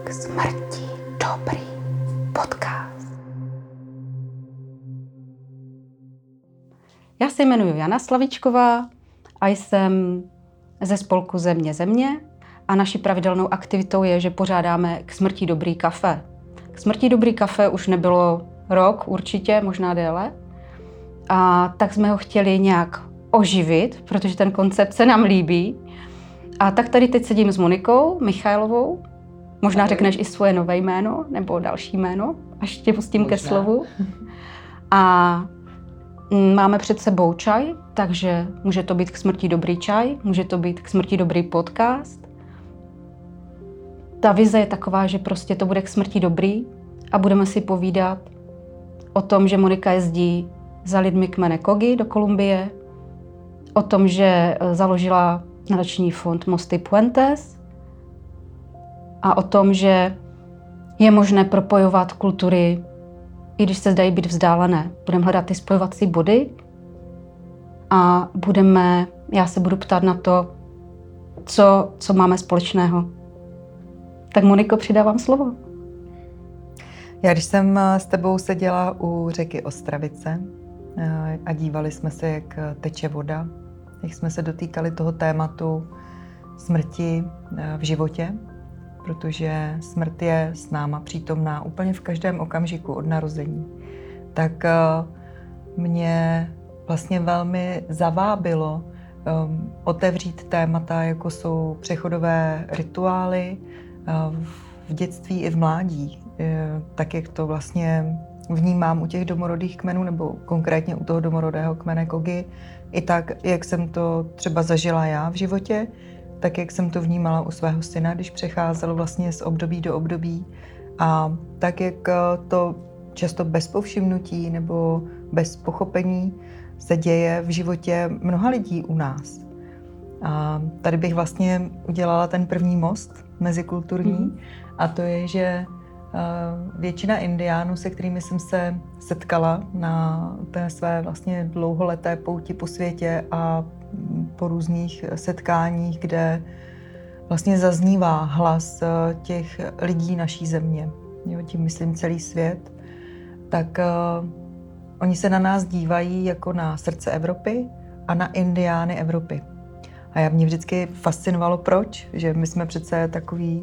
K smrti dobrý podcast. Já se jmenuji Jana Slavíčková a jsem ze spolku Země a naší pravidelnou aktivitou je, že pořádáme K smrti dobrý kafe. K smrti dobrý kafe už nebylo rok určitě, možná déle. A tak jsme ho chtěli nějak oživit, protože ten koncept se nám líbí. A tak tady teď sedím s Monikou Michailovou. Možná řekneš i svoje nové jméno nebo další jméno, až tě pustím ke slovu. A máme před sebou čaj, takže může to být K smrti dobrý čaj, může to být K smrti dobrý podcast. Ta vize je taková, že prostě to bude K smrti dobrý a budeme si povídat o tom, že Monika jezdí za lidmi kmene Kogi do Kolumbie, o tom, že založila nadační fond Mosty Puentes a o tom, že je možné propojovat kultury, i když se zdají být vzdálené. Budeme hledat ty spojovací body a já se budu ptát na to, co máme společného. Tak Moniko, přidávám slovo. Já když jsem s tebou seděla u řeky Ostravice a dívali jsme se, jak teče voda, jak jsme se dotýkali toho tématu smrti v životě, protože smrt je s náma přítomná úplně v každém okamžiku od narození, tak mě vlastně velmi zavábilo otevřít témata, jako jsou přechodové rituály v dětství i v mládí, tak jak to vlastně vnímám u těch domorodých kmenů, nebo konkrétně u toho domorodého kmene Kogi, i tak, jak jsem to třeba zažila já v životě, tak jak jsem to vnímala u svého syna, když přecházel vlastně z období do období, a tak, jak to často bez povšimnutí nebo bez pochopení se děje v životě mnoha lidí u nás. A tady bych vlastně udělala ten první most mezikulturní, a to je, že většina indiánů, se kterými jsem se setkala na té své vlastně dlouholeté pouti po světě a po různých setkáních, kde vlastně zaznívá hlas těch lidí naší země, jo, tím myslím celý svět, tak oni se na nás dívají jako na srdce Evropy a na indiány Evropy. A mě vždycky fascinovalo, proč, že my jsme přece takový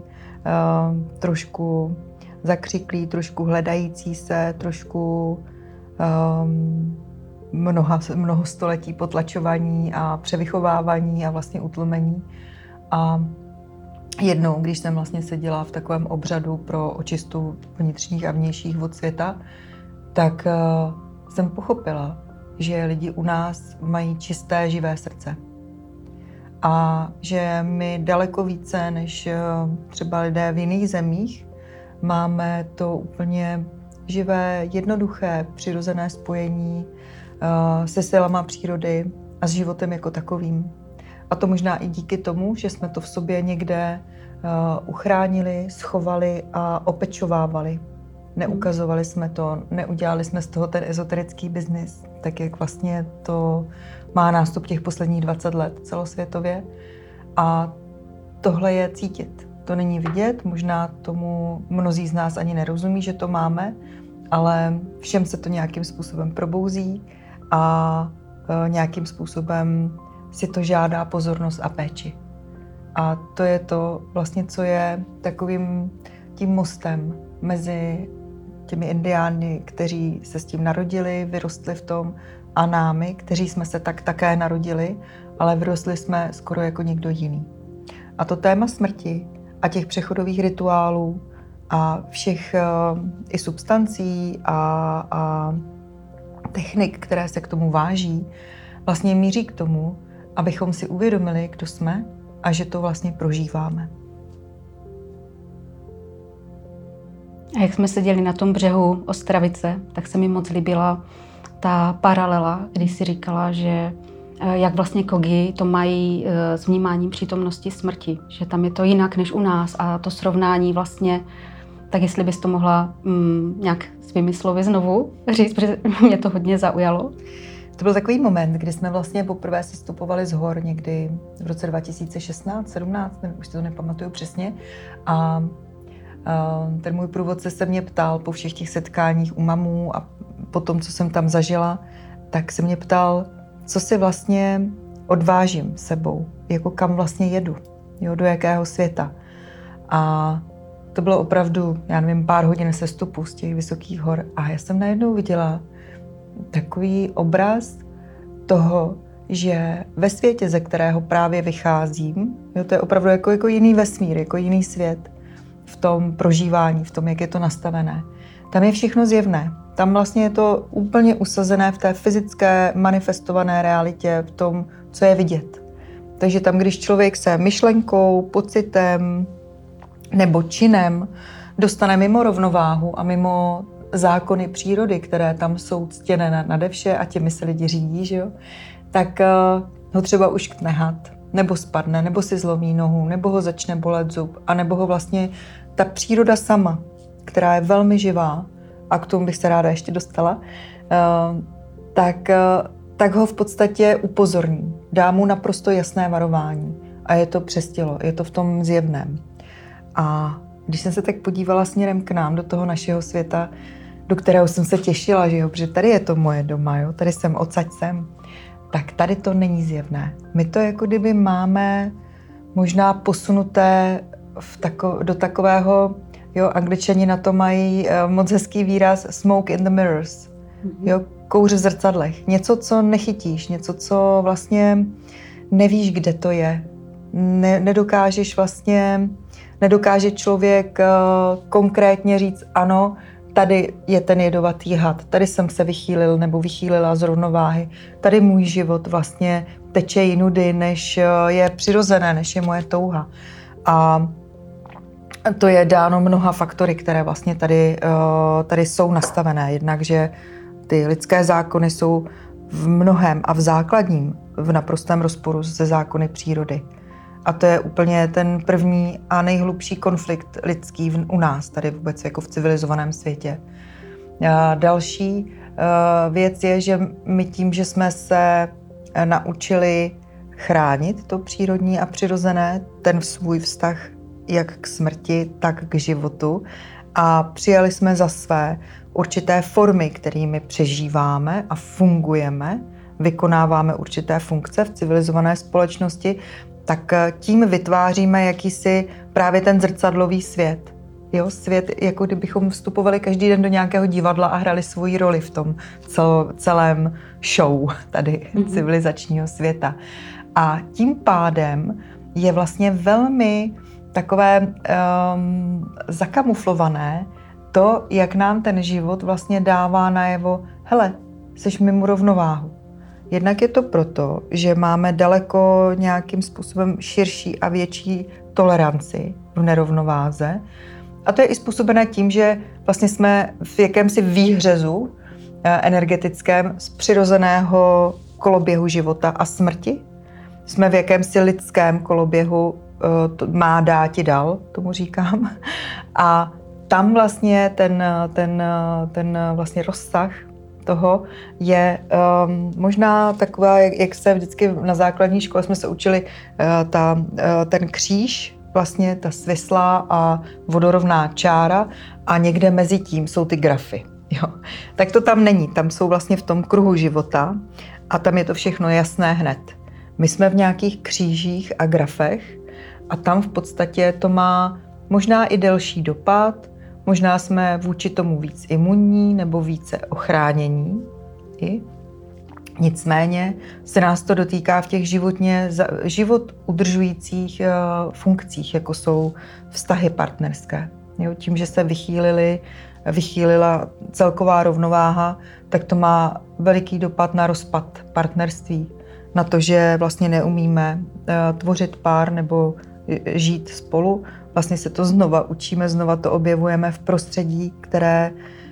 trošku zakřiklí, trošku hledající se, trošku mnoho století potlačování a převychovávání a vlastně utlmení. A jednou, když jsem vlastně seděla v takovém obřadu pro očistu vnitřních a vnějších vod světa, tak jsem pochopila, že lidi u nás mají čisté, živé srdce. A že my daleko více než třeba lidé v jiných zemích máme to úplně živé, jednoduché, přirozené spojení se silama přírody a s životem jako takovým. A to možná i díky tomu, že jsme to v sobě někde uchránili, schovali a opečovávali. Neukazovali jsme to, neudělali jsme z toho ten ezoterický biznis, tak jak vlastně to má nástup těch posledních 20 let celosvětově. A tohle je cítit. To není vidět, možná tomu mnozí z nás ani nerozumí, že to máme, ale všem se to nějakým způsobem probouzí a nějakým způsobem si to žádá pozornost a péči. A to je to vlastně, co je takovým tím mostem mezi těmi indiány, kteří se s tím narodili, vyrostli v tom, a námi, kteří jsme se tak také narodili, ale vyrostli jsme skoro jako někdo jiný. A to téma smrti a těch přechodových rituálů a všech i substancí a technik, které se k tomu váží, vlastně míří k tomu, abychom si uvědomili, kdo jsme a že to vlastně prožíváme. A jak jsme seděli na tom břehu Ostravice, tak se mi moc líbila ta paralela, kdy si říkala, že jak vlastně Kogi to mají s vnímáním přítomnosti smrti, že tam je to jinak než u nás a to srovnání vlastně, tak jestli bys to mohla nějak svými slovy znovu říct, protože mě to hodně zaujalo. To byl takový moment, kdy jsme vlastně poprvé sestupovali z hor někdy v roce 2016, 17, už si to nepamatuju přesně, a Ten můj průvodce se mě ptal po všech těch setkáních u mamů a po tom, co jsem tam zažila, tak se mě ptal, co si vlastně odvážím sebou, jako kam vlastně jedu, jo, do jakého světa. A to bylo opravdu, já nevím, pár hodin sestupu z těch vysokých hor a já jsem najednou viděla takový obraz toho, že ve světě, ze kterého právě vycházím, jo, to je opravdu jako jiný vesmír, jako jiný svět v tom prožívání, v tom, jak je to nastavené. Tam je všechno zjevné. Tam vlastně je to úplně usazené v té fyzické manifestované realitě, v tom, co je vidět. Takže tam, když člověk se myšlenkou, pocitem nebo činem dostane mimo rovnováhu a mimo zákony přírody, které tam jsou ctěné nade vše a těmi se lidi řídí, že jo, tak ho třeba uškne had, nebo spadne, nebo si zlomí nohu, nebo ho začne bolet zub, a nebo ho vlastně ta příroda sama, která je velmi živá, a k tomu bych se ráda ještě dostala, tak ho v podstatě upozorní. Dá mu naprosto jasné varování. A je to přes tělo, je to v tom zjevném. A když jsem se tak podívala směrem k nám, do toho našeho světa, do kterého jsem se těšila, že jo, protože tady je to moje doma, jo, tady jsem, odsaď jsem, tak tady to není zjevné. My to jako kdyby máme možná posunuté do takového, jo, Angličani na to mají moc hezký výraz smoke in the mirrors, jo, kouř v zrcadlech. Něco, co nechytíš, něco, co vlastně nevíš, kde to je. Nedokáže člověk konkrétně říct, ano, tady je ten jedovatý had, tady jsem se vychýlil nebo vychýlila z rovnováhy, tady můj život vlastně teče jinudy, než je přirozené, než je moje touha. A to je dáno mnoha faktory, které vlastně tady jsou nastavené. Jednak, že ty lidské zákony jsou v mnohém a v základním v naprostém rozporu se zákony přírody. A to je úplně ten první a nejhlubší konflikt lidský u nás, tady vůbec jako v civilizovaném světě. A další věc je, že my tím, že jsme se naučili chránit to přírodní a přirozené, ten svůj vztah jak k smrti, tak k životu, a přijali jsme za své určité formy, kterými přežíváme a fungujeme, vykonáváme určité funkce v civilizované společnosti, tak tím vytváříme jakýsi právě ten zrcadlový svět. Jo, svět, jako kdybychom vstupovali každý den do nějakého divadla a hrali svoji roli v tom celém show tady civilizačního světa. A tím pádem je vlastně velmi takové zakamuflované to, jak nám ten život vlastně dává najevo, hele, seš mimo rovnováhu. Jednak je to proto, že máme daleko nějakým způsobem širší a větší toleranci v nerovnováze. A to je i způsobené tím, že vlastně jsme v jakémsi výhřezu energetickém z přirozeného koloběhu života a smrti. Jsme v jakémsi lidském koloběhu má dáti dal, tomu říkám. A tam vlastně ten vlastně rozsah toho je možná taková, jak se vždycky na základní škole jsme se učili, ten kříž, vlastně ta svislá a vodorovná čára, a někde mezi tím jsou ty grafy. Jo. Tak to tam není, tam jsou vlastně v tom kruhu života a tam je to všechno jasné hned. My jsme v nějakých křížích a grafech a tam v podstatě to má možná i delší dopad, možná jsme vůči tomu víc imunní nebo více ochránění. Nicméně se nás to dotýká v těch život udržujících funkcích, jako jsou vztahy partnerské. Jo, tím, že se vychýlila celková rovnováha, tak to má veliký dopad na rozpad partnerství, na to, že vlastně neumíme tvořit pár nebo žít spolu. Vlastně se to znova učíme, znova to objevujeme v prostředí, které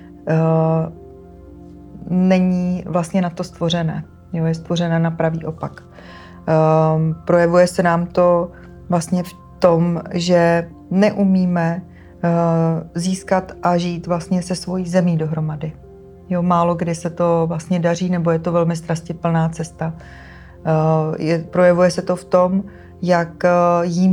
není vlastně na to stvořené. Jo, je stvořené na pravý opak. Projevuje se nám to vlastně v tom, že neumíme získat a žít vlastně se svojí zemí dohromady. Jo, málo kdy se to vlastně daří, nebo je to velmi strastiplná cesta. Projevuje se to v tom, jak jíme.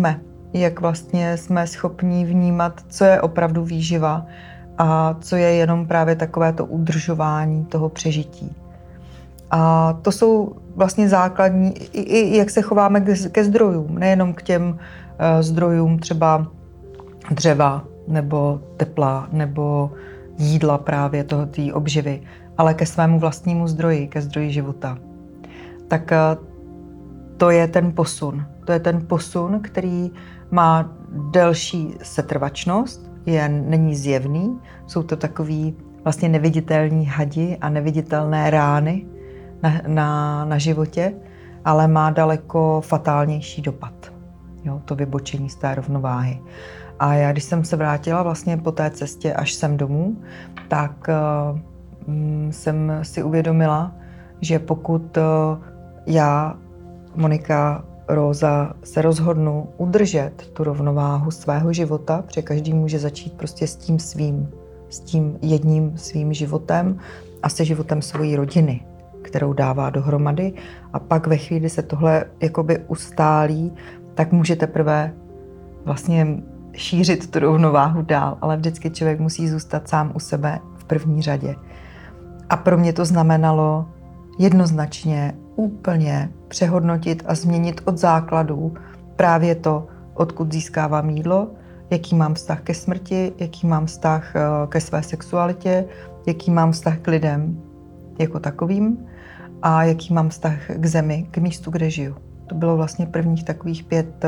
jak vlastně jsme schopni vnímat, co je opravdu výživa a co je jenom právě takové to udržování toho přežití. A to jsou vlastně základní, i jak se chováme ke zdrojům, nejenom k těm zdrojům třeba dřeva nebo tepla nebo jídla právě té obživy, ale ke svému vlastnímu zdroji, ke zdroji života. Tak to je ten posun. To je ten posun, který má delší setrvačnost, není zjevný, jsou to takový vlastně neviditelní hadi a neviditelné rány na životě, ale má daleko fatálnější dopad. Jo, to vybočení z té rovnováhy. A já, když jsem se vrátila vlastně po té cestě až sem domů, tak jsem si uvědomila, že pokud já, Monika, Róza, se rozhodnu udržet tu rovnováhu svého života, protože každý může začít prostě s tím jedním svým životem a se životem svojí rodiny, kterou dává dohromady, a pak ve chvíli se tohle jakoby ustálí, tak může teprve vlastně šířit tu rovnováhu dál, ale vždycky člověk musí zůstat sám u sebe v první řadě. A pro mě to znamenalo jednoznačně úplně přehodnotit a změnit od základů právě to, odkud získávám jídlo, jaký mám vztah ke smrti, jaký mám vztah ke své sexualitě, jaký mám vztah k lidem jako takovým a jaký mám vztah k zemi, k místu, kde žiju. To bylo vlastně prvních takových 5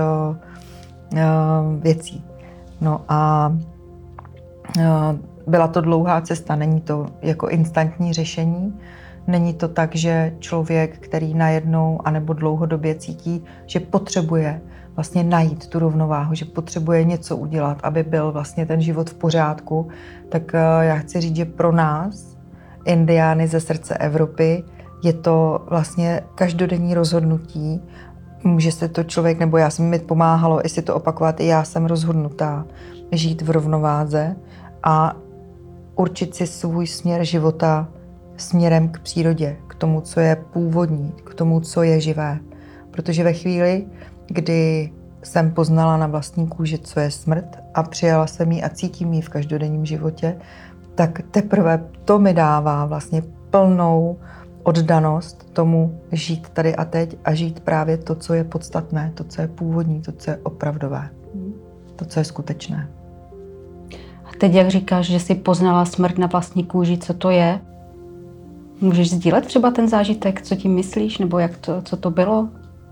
věcí. No a byla to dlouhá cesta, není to jako instantní řešení. Není to tak, že člověk, který najednou anebo dlouhodobě cítí, že potřebuje vlastně najít tu rovnováhu, že potřebuje něco udělat, aby byl vlastně ten život v pořádku, tak já chci říct, že pro nás, Indiány ze srdce Evropy, je to vlastně každodenní rozhodnutí. Může se to člověk, nebo já jsem mi pomáhalo, jestli to opakovat, i já jsem rozhodnutá žít v rovnováze a určit si svůj směr života směrem k přírodě, k tomu, co je původní, k tomu, co je živé. Protože ve chvíli, kdy jsem poznala na vlastní kůži, co je smrt a přijala jsem ji a cítím ji v každodenním životě, tak teprve to mi dává vlastně plnou oddanost tomu žít tady a teď a žít právě to, co je podstatné, to, co je původní, to, co je opravdové, to, co je skutečné. A teď, jak říkáš, že jsi poznala smrt na vlastní kůži, co to je? Můžeš sdílet třeba ten zážitek, co tím myslíš, nebo co to bylo?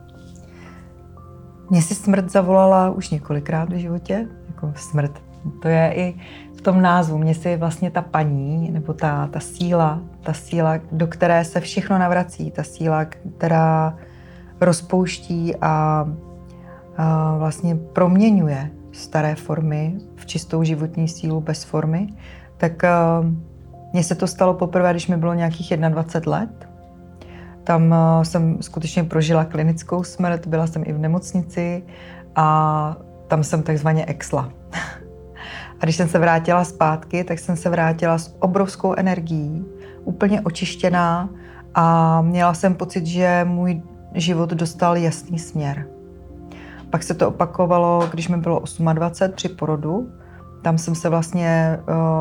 Mně si smrt zavolala už několikrát v životě, jako smrt. To je i v tom názvu. Mně si vlastně ta paní, nebo ta síla, do které se všechno navrací, ta síla, která rozpouští a vlastně proměňuje staré formy v čistou životní sílu bez formy, tak mně se to stalo poprvé, když mi bylo nějakých 21 let. Tam jsem skutečně prožila klinickou smrt, byla jsem i v nemocnici a tam jsem takzvaně exla. A když jsem se vrátila zpátky, tak jsem se vrátila s obrovskou energií, úplně očištěná a měla jsem pocit, že můj život dostal jasný směr. Pak se to opakovalo, když mi bylo 28 při porodu. Tam jsem se vlastně,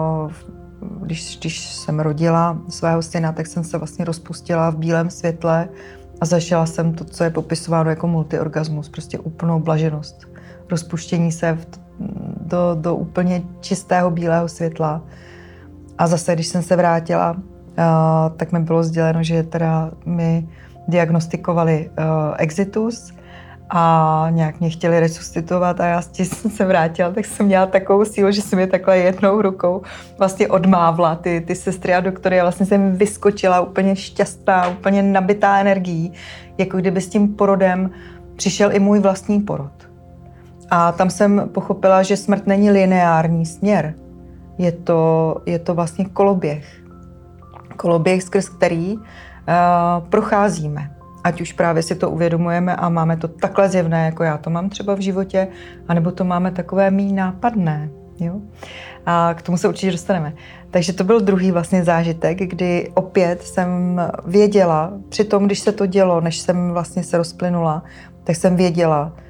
když jsem rodila svého syna, tak jsem se vlastně rozpustila v bílém světle a zažila jsem to, co je popisováno jako multiorgasmus, prostě úplnou blaženost. Rozpuštění se do úplně čistého bílého světla. A zase, když jsem se vrátila, tak mi bylo sděleno, že teda mi diagnostikovali exitus a nějak mě chtěli resuscitovat a já když jsem se vrátila, tak jsem měla takovou sílu, že jsem je takhle jednou rukou vlastně odmávla ty sestry a doktory a vlastně jsem vyskočila úplně šťastná, úplně nabitá energií, jako kdyby s tím porodem přišel i můj vlastní porod. A tam jsem pochopila, že smrt není lineární směr. Je to vlastně koloběh. Koloběh, skrz který procházíme. Ať už právě si to uvědomujeme a máme to takhle zjevné, jako já to mám třeba v životě, anebo to máme takové méně nápadné. Jo? A k tomu se určitě dostaneme. Takže to byl druhý vlastně zážitek, kdy opět jsem věděla, při tom, když se to dělo, než jsem vlastně se rozplynula, tak jsem věděla,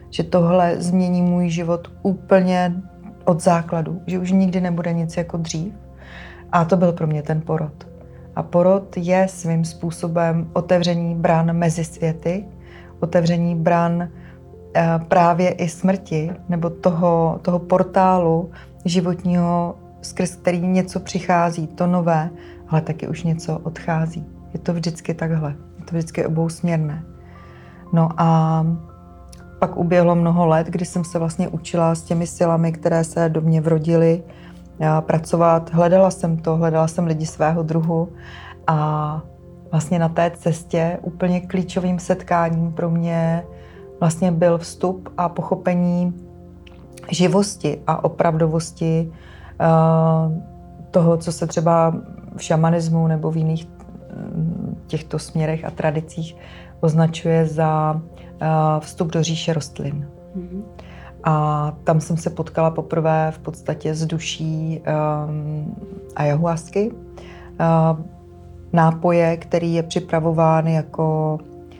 že tohle změní můj život úplně od základu, že už nikdy nebude nic jako dřív. A to byl pro mě ten porod. A porod je svým způsobem otevření bran mezi světy, otevření bran právě i smrti, nebo toho portálu životního, skrz který něco přichází, to nové, ale taky už něco odchází. Je to vždycky takhle, je to vždycky obousměrné. No a pak uběhlo mnoho let, kdy jsem se vlastně učila s těmi silami, které se do mě vrodily, pracovat. Hledala jsem lidi svého druhu a vlastně na té cestě úplně klíčovým setkáním pro mě vlastně byl vstup a pochopení živosti a opravdovosti toho, co se třeba v šamanismu nebo v jiných těchto směrech a tradicích označuje za vstup do říše rostlin. Mm-hmm. A tam jsem se potkala poprvé v podstatě s duší ayahuasky, nápoje, který je připravován jako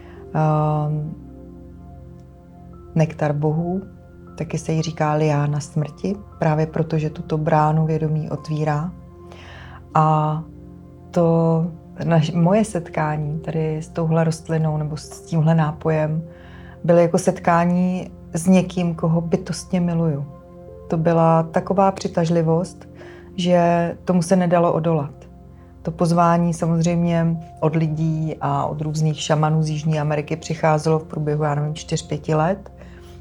nektar bohů, taky se jí říká liána smrti, právě proto, že tuto bránu vědomí otvírá. A to moje setkání tady s touhle rostlinou nebo s tímhle nápojem byly jako setkání s někým, koho bytostně miluju. To byla taková přitažlivost, že tomu se nedalo odolat. To pozvání samozřejmě od lidí a od různých šamanů z Jižní Ameriky přicházelo v průběhu, 4-5 let.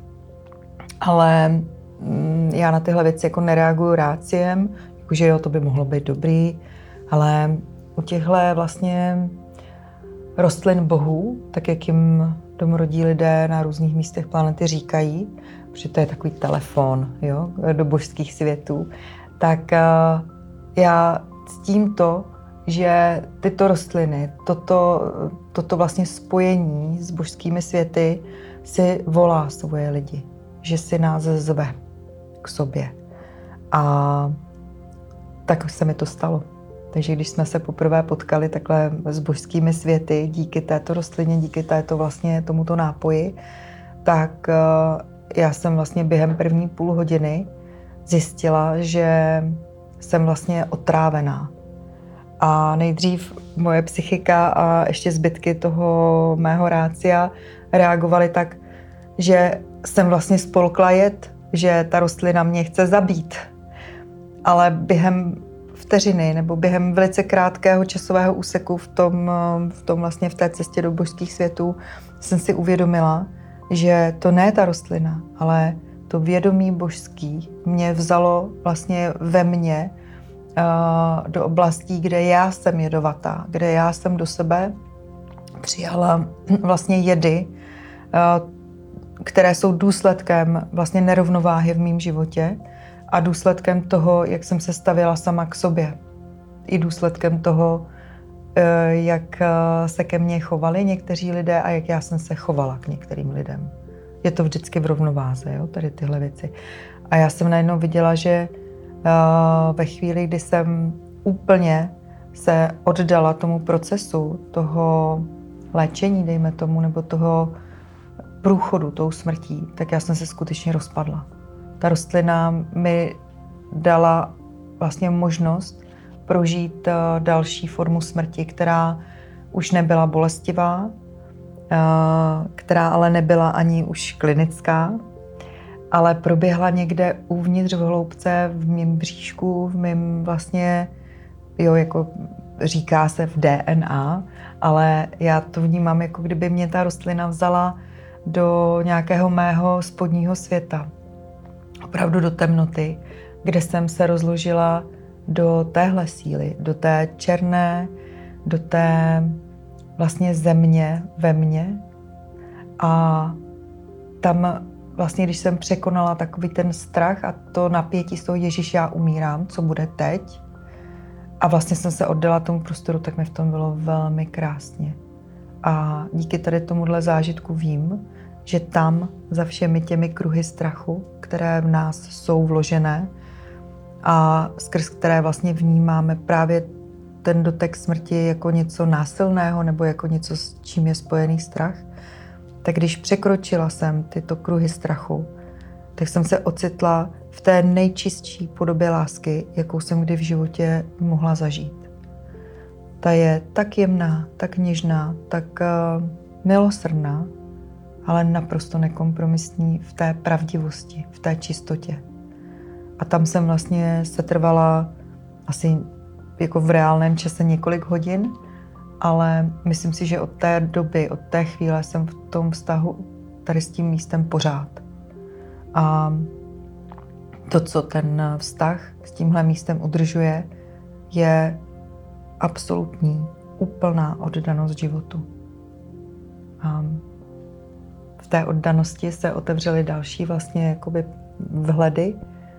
Ale já na tyhle věci jako nereaguju ráciem, jakože jo, to by mohlo být dobrý, ale u těchto vlastně rostlin bohů, tak jak jim domorodí lidé na různých místech planety říkají, protože to je takový telefon, jo, do božských světů, tak já ctím to, že tyto rostliny, toto vlastně spojení s božskými světy si volá svoje lidi, že si nás zve k sobě. A tak se mi to stalo. Takže když jsme se poprvé potkali takhle s božskými světy, díky této rostlině, díky tomuto nápoji, tak já jsem vlastně během první půl hodiny zjistila, že jsem vlastně otrávená. A nejdřív moje psychika a ještě zbytky toho mého rácia reagovaly tak, že jsem vlastně spolkla jed, že ta rostlina mě chce zabít. Ale během vteřiny nebo během velice krátkého časového úseku v té cestě do božských světů jsem si uvědomila, že to ne ta rostlina, ale to vědomí božský mě vzalo vlastně ve mně do oblastí, kde já jsem jedovatá, kde já jsem do sebe přijala vlastně jedy, které jsou důsledkem vlastně nerovnováhy v mém životě a důsledkem toho, jak jsem se stavěla sama k sobě. I důsledkem toho, jak se ke mně chovali někteří lidé a jak já jsem se chovala k některým lidem. Je to vždycky v rovnováze, jo, tady tyhle věci. A já jsem najednou viděla, že ve chvíli, kdy jsem úplně se oddala tomu procesu, toho léčení, dejme tomu, nebo toho průchodu, tou smrtí, tak já jsem se skutečně rozpadla. Ta rostlina mi dala vlastně možnost prožít další formu smrti, která už nebyla bolestivá, která ale nebyla ani už klinická, ale proběhla někde uvnitř v hloubce, v mém bříšku, v mém vlastně, jo, jako říká se v DNA, ale já to vnímám, jako kdyby mě ta rostlina vzala do nějakého mého spodního světa. Opravdu do temnoty, kde jsem se rozložila do téhle síly, do té černé, do té vlastně země ve mně. A tam vlastně, když jsem překonala takový ten strach a to napětí z toho Ježíš, já umírám, co bude teď? A vlastně jsem se oddala tomu prostoru, tak mi v tom bylo velmi krásně. A díky tady tomuhle zážitku vím, že tam za všemi těmi kruhy strachu, které v nás jsou vložené a skrz které vlastně vnímáme právě ten dotek smrti jako něco násilného nebo jako něco, s čím je spojený strach, tak když překročila jsem tyto kruhy strachu, tak jsem se ocitla v té nejčistší podobě lásky, jakou jsem kdy v životě mohla zažít. Ta je tak jemná, tak něžná, tak milosrdná, ale naprosto nekompromisní v té pravdivosti, v té čistotě. A tam jsem vlastně setrvala asi jako v reálném čase několik hodin, ale myslím si, že od té doby, od té chvíle jsem v tom vztahu tady s tím místem pořád. A to, co ten vztah s tímhle místem udržuje, je absolutní, úplná oddanost životu. A v té oddanosti se otevřely další vlastně jakoby vhledy,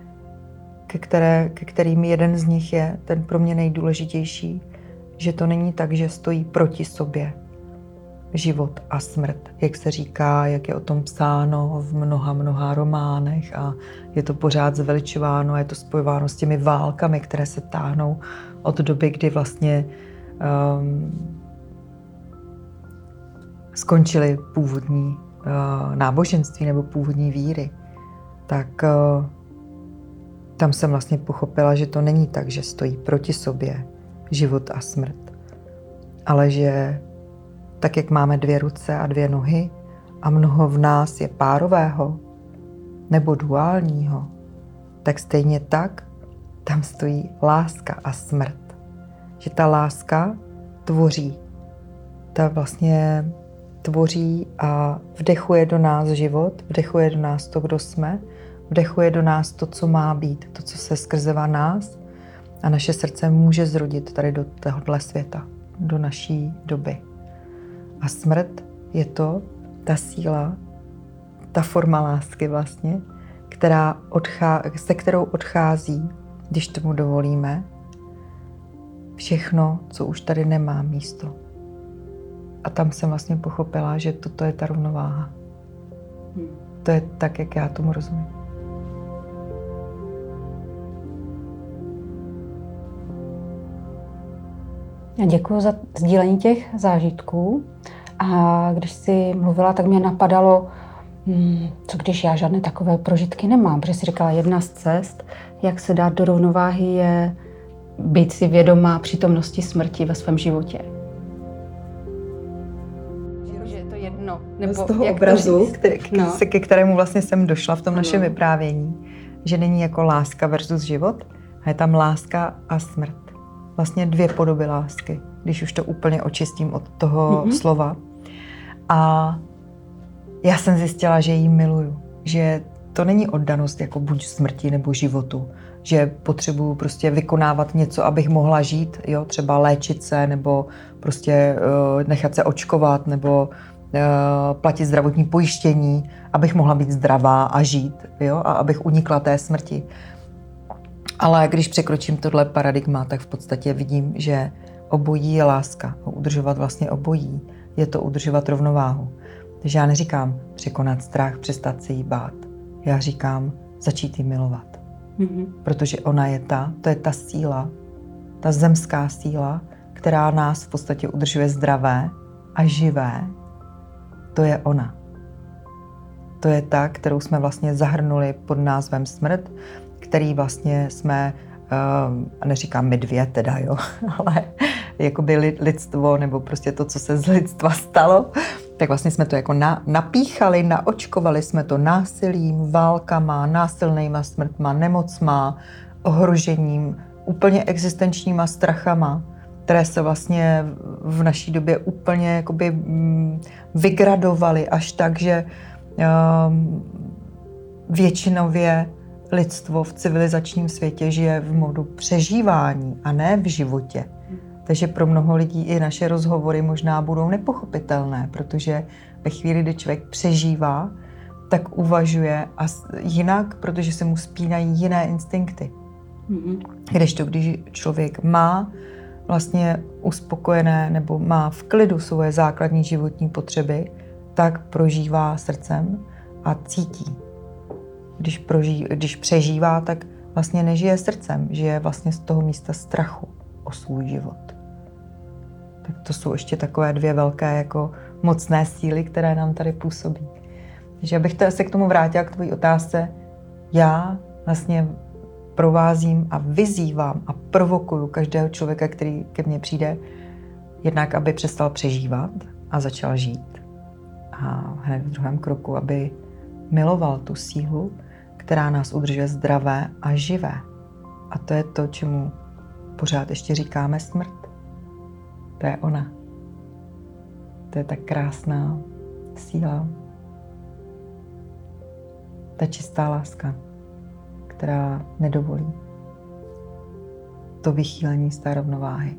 ke kterým jeden z nich je ten pro mě nejdůležitější, že to není tak, že stojí proti sobě život a smrt, jak se říká, jak je o tom psáno v mnoha románech a je to pořád zveličováno a je to spojováno s těmi válkami, které se táhnou od doby, kdy vlastně skončily původní náboženství nebo původní víry. Tak tam jsem vlastně pochopila, že to není tak, že stojí proti sobě život a smrt, ale že tak, jak máme 2 ruce a 2 nohy a mnoho v nás je párového nebo duálního, tak stejně tak tam stojí láska a smrt. Že ta láska tvoří. Ta vlastně tvoří a vdechuje do nás život, vdechuje do nás to, kdo jsme, vdechuje do nás to, co má být, to, co se skrze nás a naše srdce může zrodit tady do tohohle světa, do naší doby. A smrt je to, ta síla, ta forma lásky vlastně, se kterou odchází, když tomu dovolíme, všechno, co už tady nemá místo. A tam jsem vlastně pochopila, že toto je ta rovnováha. To je tak, jak já tomu rozumím. Děkuji za sdílení těch zážitků. A když jsi mluvila, tak mě napadalo, co když já žádné takové prožitky nemám. Protože jsi říkala, jedna z cest, jak se dát do rovnováhy, je být si vědomá přítomnosti smrti ve svém životě. Že je to jedno. Nebo z toho obrazu, ke kterému vlastně jsem došla v tom našem vyprávění, že není jako láska versus život, a je tam láska a smrt. Vlastně 2 podoby lásky, když už to úplně očistím od toho slova. A já jsem zjistila, že ji miluju. Že to není oddanost jako buď smrti nebo životu. Že potřebuju prostě vykonávat něco, abych mohla žít, jo? Třeba léčit se, nebo prostě nechat se očkovat, nebo platit zdravotní pojištění, abych mohla být zdravá a žít, jo? A abych unikla té smrti. Ale když překročím tohle paradigma, tak v podstatě vidím, že obojí je láska. A udržovat vlastně obojí je to udržovat rovnováhu. Takže já neříkám překonat strach, přestat se jí bát. Já říkám začít jí milovat. Protože ona je to je ta síla, ta zemská síla, která nás v podstatě udržuje zdravé a živé. To je ona. To je ta, kterou jsme vlastně zahrnuli pod názvem smrt, který vlastně jsme, neříkám my 2 teda, jo, ale jakoby lidstvo, nebo prostě to, co se z lidstva stalo, tak vlastně jsme to jako napíchali, naočkovali jsme to násilím, válkama, násilnýma smrtma, nemocma, ohrožením, úplně existenčníma strachama, které se vlastně v naší době úplně jakoby vygradovaly až tak, že většinově lidstvo v civilizačním světě žije v modu přežívání a ne v životě. Takže pro mnoho lidí i naše rozhovory možná budou nepochopitelné, protože ve chvíli, kdy člověk přežívá, tak uvažuje jinak, protože se mu spínají jiné instinkty. Kdežto, když člověk má vlastně uspokojené nebo má v klidu svoje základní životní potřeby, tak prožívá srdcem a cítí. Když přežívá, tak vlastně nežije srdcem, žije vlastně z toho místa strachu o svůj život. Tak to jsou ještě takové 2 velké jako mocné síly, které nám tady působí. Takže abych se k tomu vrátila k tvojí otázce, já vlastně provázím a vyzývám a provokuju každého člověka, který ke mně přijde, jednak, aby přestal přežívat a začal žít. A hned v druhém kroku, aby miloval tu sílu, která nás udržuje zdravé a živé. A to je to, čemu pořád ještě říkáme smrt. To je ona. To je ta krásná síla. Ta čistá láska, která nedovolí to vychýlení z té rovnováhy.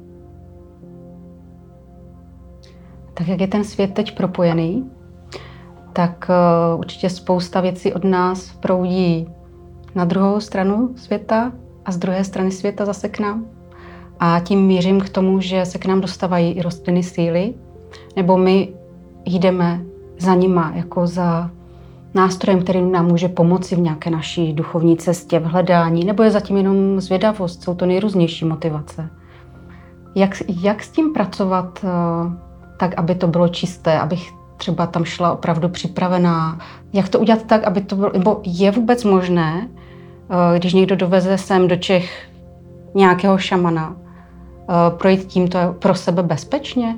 Tak jak je ten svět teď propojený, tak určitě spousta věcí od nás proudí na druhou stranu světa a z druhé strany světa zase k nám. A tím mířím k tomu, že se k nám dostávají i rostlinné síly, nebo my jdeme za nima jako za nástrojem, který nám může pomoci v nějaké naší duchovní cestě, v hledání, nebo je zatím jenom zvědavost, jsou to nejrůznější motivace. Jak s tím pracovat tak, aby to bylo čisté, abych třeba tam šla opravdu připravená? Jak to udělat tak, aby to bylo, nebo je vůbec možné, když někdo doveze sem do Čech nějakého šamana, projít tímto pro sebe bezpečně?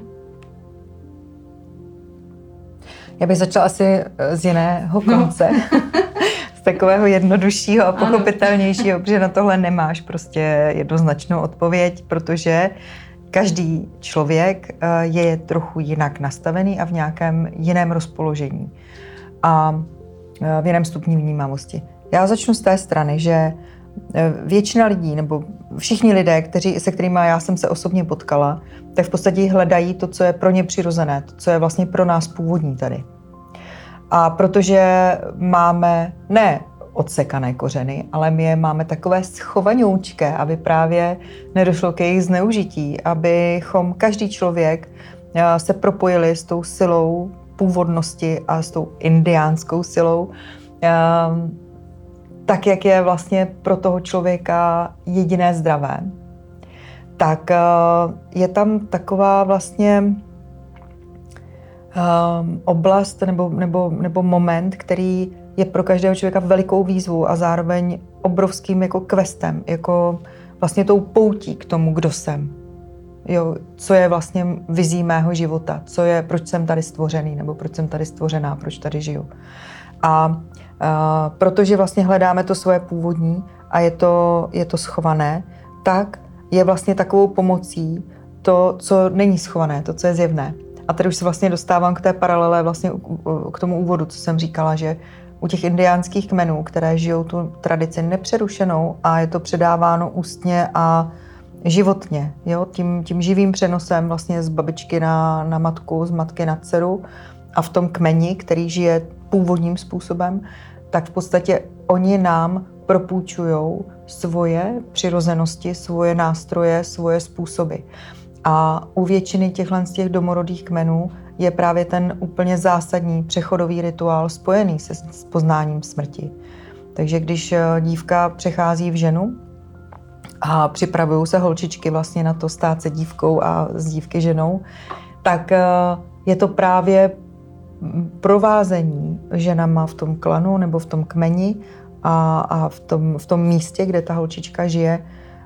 Já bych začala asi z jiného konce, z takového jednoduššího a pochopitelnějšího, protože na tohle nemáš prostě jednoznačnou odpověď, protože každý člověk je trochu jinak nastavený a v nějakém jiném rozpoložení a v jiném stupni vnímavosti. Já začnu z té strany, že většina lidí, nebo všichni lidé, se kterými já jsem se osobně potkala, tak v podstatě hledají to, co je pro ně přirozené, to, co je vlastně pro nás původní tady. A protože máme ne odsekané kořeny, ale my je máme takové schovanoučké, aby právě nedošlo k jejich zneužití, abychom každý člověk se propojili s tou silou původnosti a s tou indiánskou silou, tak, jak je vlastně pro toho člověka jediné zdravé, tak je tam taková vlastně oblast nebo moment, který je pro každého člověka velikou výzvou a zároveň obrovským jako questem, jako vlastně tou poutí k tomu, kdo jsem. Jo, co je vlastně vizí mého života, proč jsem tady stvořený, nebo proč jsem tady stvořená, proč tady žiju. A protože vlastně hledáme to svoje původní a je to schované, tak je vlastně takovou pomocí to, co není schované, to, co je zjevné. A tady už se vlastně dostávám k té paralele, vlastně k tomu úvodu, co jsem říkala, že u těch indiánských kmenů, které žijou tu tradici nepřerušenou a je to předáváno ústně a životně, jo? Tím živým přenosem vlastně z babičky na matku, z matky na dceru a v tom kmeni, který žije původním způsobem, tak v podstatě oni nám propůjčujou svoje přirozenosti, svoje nástroje, svoje způsoby. A u většiny těch domorodých kmenů je právě ten úplně zásadní přechodový rituál spojený s poznáním smrti. Takže když dívka přechází v ženu a připravují se holčičky vlastně na to stát se dívkou a z dívky ženou, tak je to právě provázení ženama v tom klanu nebo v tom kmeni a v tom místě, kde ta holčička žije,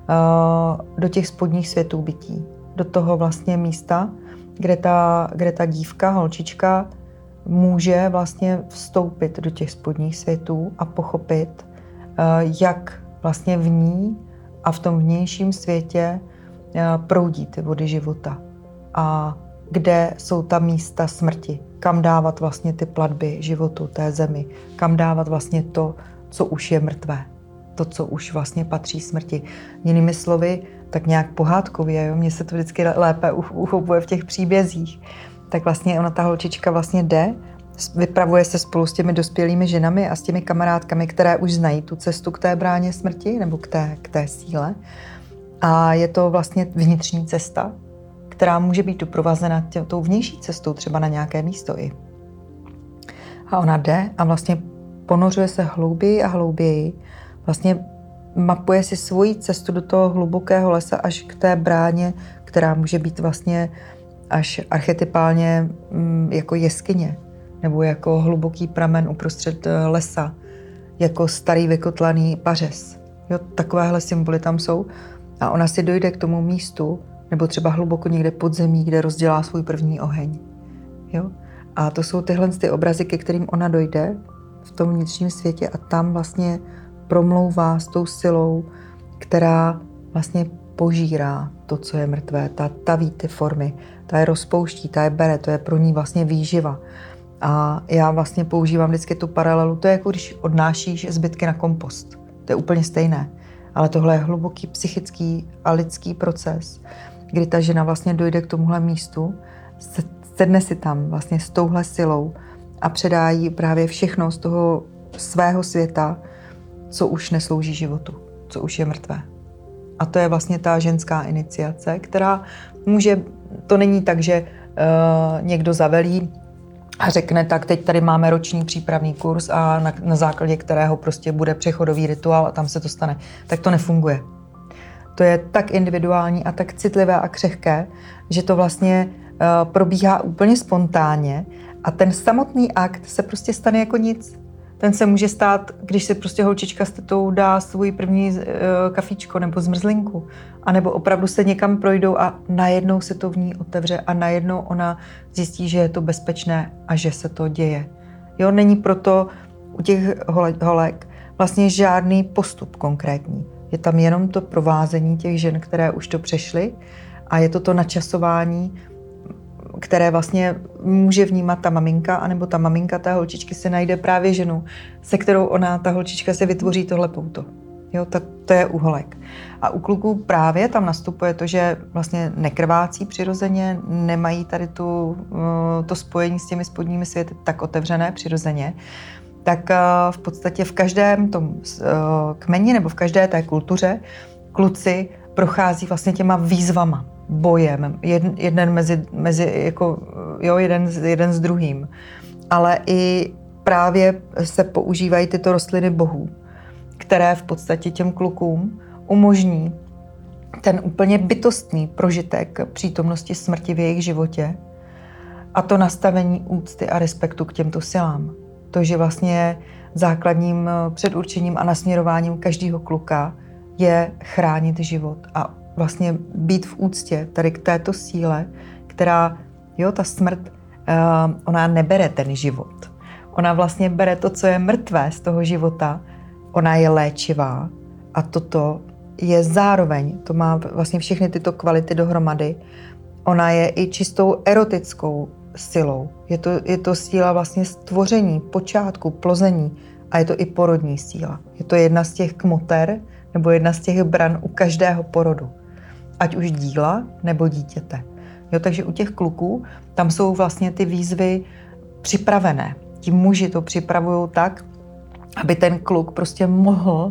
do těch spodních světů bytí. Do toho vlastně místa, kde ta dívka, holčička může vlastně vstoupit do těch spodních světů a pochopit, jak vlastně v ní a v tom vnějším světě proudí ty vody života. A kde jsou ta místa smrti, kam dávat vlastně ty platby životu té zemi, kam dávat vlastně to, co už je mrtvé, to, co už vlastně patří smrti. Jinými slovy, tak nějak pohádkově, jo? Mně se to vždycky lépe uchopuje v těch příbězích. Tak vlastně ona, ta holčička vlastně jde, vypravuje se spolu s těmi dospělými ženami a s těmi kamarádkami, které už znají tu cestu k té bráně smrti nebo k té síle. A je to vlastně vnitřní cesta, která může být doprovázena tou vnější cestou, třeba na nějaké místo i. A ona jde a vlastně ponořuje se hlouběji a hlouběji, vlastně mapuje si svoji cestu do toho hlubokého lesa až k té bráně, která může být vlastně až archetypálně jako jeskyně nebo jako hluboký pramen uprostřed lesa, jako starý vykotlaný pařez. Jo, takovéhle symboly tam jsou a ona si dojde k tomu místu nebo třeba hluboko někde pod zemí, kde rozdělá svůj první oheň. Jo? A to jsou tyhle ty obrazy, ke kterým ona dojde v tom vnitřním světě a tam vlastně promlouvá s tou silou, která vlastně požírá to, co je mrtvé. Ta ví ty formy, ta je rozpouští, ta je bere, to je pro ní vlastně výživa. A já vlastně používám vždycky tu paralelu, to je jako když odnášíš zbytky na kompost. To je úplně stejné. Ale tohle je hluboký psychický a lidský proces, kdy ta žena vlastně dojde k tomuhle místu, sedne si tam vlastně s touhle silou a předá jí právě všechno z toho svého světa, co už neslouží životu, co už je mrtvé. A to je vlastně ta ženská iniciace, která může, to není tak, že někdo zavelí a řekne, tak teď tady máme roční přípravný kurz a na základě kterého prostě bude přechodový rituál a tam se to stane. Tak to nefunguje. To je tak individuální a tak citlivé a křehké, že to vlastně probíhá úplně spontánně a ten samotný akt se prostě stane jako nic. Ten se může stát, když se prostě holčička s tetou dá svůj první kafíčko nebo zmrzlinku, anebo opravdu se někam projdou a najednou se to v ní otevře a najednou ona zjistí, že je to bezpečné a že se to děje. Jo, není proto u těch holek vlastně žádný postup konkrétní. Je tam jenom to provázení těch žen, které už to přešly a je to načasování, které vlastně může vnímat ta maminka, anebo ta maminka té holčičky si najde právě ženu, se kterou ta holčička si vytvoří tohle pouto. Jo, to je u holek. A u kluků právě tam nastupuje to, že vlastně nekrvácí přirozeně, nemají tady to spojení s těmi spodními světy tak otevřené přirozeně, tak v podstatě v každém tom kmeni nebo v každé té kultuře kluci prochází vlastně těma výzvama, bojem, jeden s druhým. Ale i právě se používají tyto rostliny bohů, které v podstatě těm klukům umožní ten úplně bytostný prožitek přítomnosti smrti v jejich životě a to nastavení úcty a respektu k těmto silám. To, že vlastně základním předurčením a nasměrováním každého kluka je chránit život a vlastně být v úctě tady k této síle, která, ta smrt, ona nebere ten život. Ona vlastně bere to, co je mrtvé z toho života, ona je léčivá a toto je zároveň, to má vlastně všechny tyto kvality dohromady, ona je i čistou erotickou silou. Je to síla vlastně stvoření, počátku, plození a je to i porodní síla. Je to jedna z těch kmoter nebo jedna z těch bran u každého porodu. Ať už díla nebo dítěte. Takže u těch kluků tam jsou vlastně ty výzvy připravené. Ti muži to připravují tak, aby ten kluk prostě mohl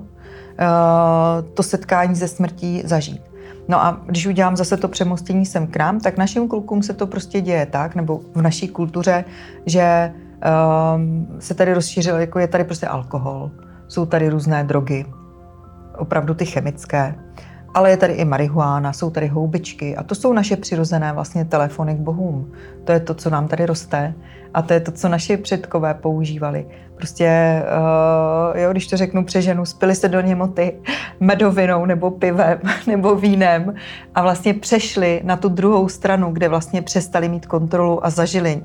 to setkání se smrtí zažít. No a když udělám zase to přemostění sem k nám, tak našim klukům se to prostě děje tak, nebo v naší kultuře, že se tady rozšířil, jako je tady prostě alkohol, jsou tady různé drogy, opravdu ty chemické, ale je tady i marihuána, jsou tady houbičky a to jsou naše přirozené vlastně telefony k bohům. To je to, co nám tady roste a to je to, co naši předkové používali. Prostě, když to řeknu přeženu, spili se do němoty medovinou nebo pivem nebo vínem a vlastně přešli na tu druhou stranu, kde vlastně přestali mít kontrolu a zažili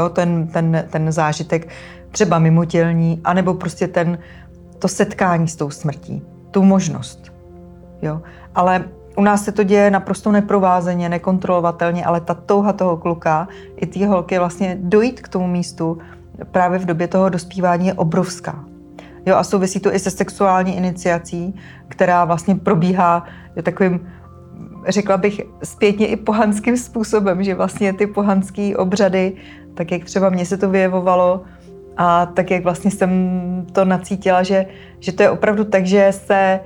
ten zážitek třeba mimotělní, anebo prostě to setkání s tou smrtí, tu možnost. Jo. Ale u nás se to děje naprosto neprovázeně, nekontrolovatelně, ale ta touha toho kluka i té holky vlastně dojít k tomu místu právě v době toho dospívání je obrovská. Jo, a souvisí to i se sexuální iniciací, která vlastně probíhá takovým, řekla bych, zpětně i pohanským způsobem, že vlastně ty pohanský obřady, tak jak třeba mně se to vyjevovalo a tak jak vlastně jsem to nacítila, že to je opravdu tak, že se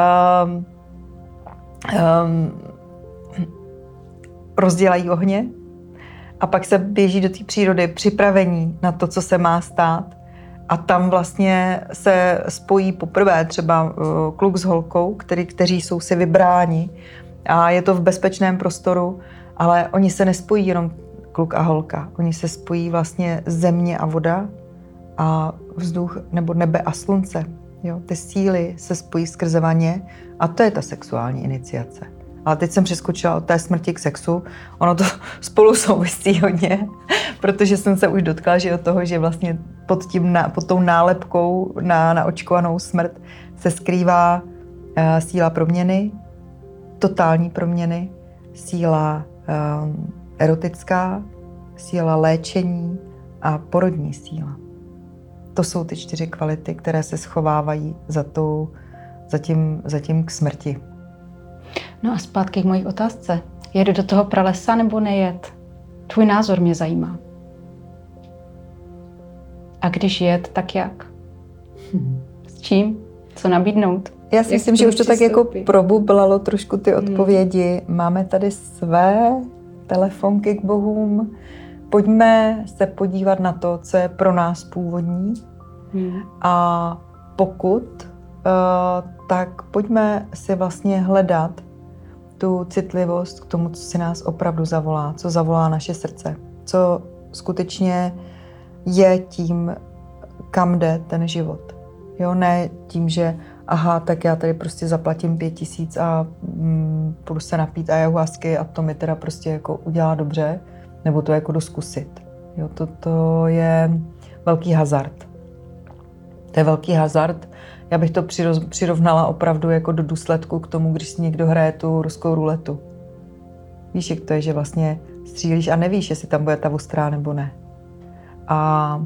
rozdělají ohně a pak se běží do té přírody připravení na to, co se má stát a tam vlastně se spojí poprvé třeba kluk s holkou, kteří jsou si vybráni a je to v bezpečném prostoru Ale oni se nespojí jenom kluk a holka. Oni se spojí vlastně země a voda a vzduch nebo nebe a slunce. Jo? Ty síly se spojí skrze vaně a to je ta sexuální iniciace. Ale teď jsem přeskočila od té smrti k sexu. Ono to spolu souvisí hodně, protože jsem se už dotkla, že od toho, že vlastně pod tou nálepkou na očkovanou smrt se skrývá síla proměny, totální proměny, síla erotická, síla léčení a porodní síla. To jsou ty 4 kvality, které se schovávají zatím k smrti. No a zpátky k mojí otázce. Jet do toho pralesa nebo nejet? Tvůj názor mě zajímá. A když jet, tak jak? S čím? Co nabídnout? Já si myslím, že už to tak jako probublalo trošku ty odpovědi. Máme tady své telefonky k bohům. Pojďme se podívat na to, co je pro nás původní. A pokud, tak pojďme si vlastně hledat tu citlivost k tomu, co si nás opravdu zavolá, co zavolá naše srdce, co skutečně je tím, kam jde ten život. Jo, ne tím, že aha, tak já tady prostě zaplatím 5 000 a půjdu se napít ayahuasky a to mi teda prostě jako udělá dobře, nebo to jako jdu zkusit. Jo, to je velký hazard. To je velký hazard. Já bych to přirovnala opravdu jako do důsledku k tomu, když si někdo hraje tu ruskou ruletu. Víš, jak to je, že vlastně střílíš a nevíš, jestli tam bude ta ostrá nebo ne. A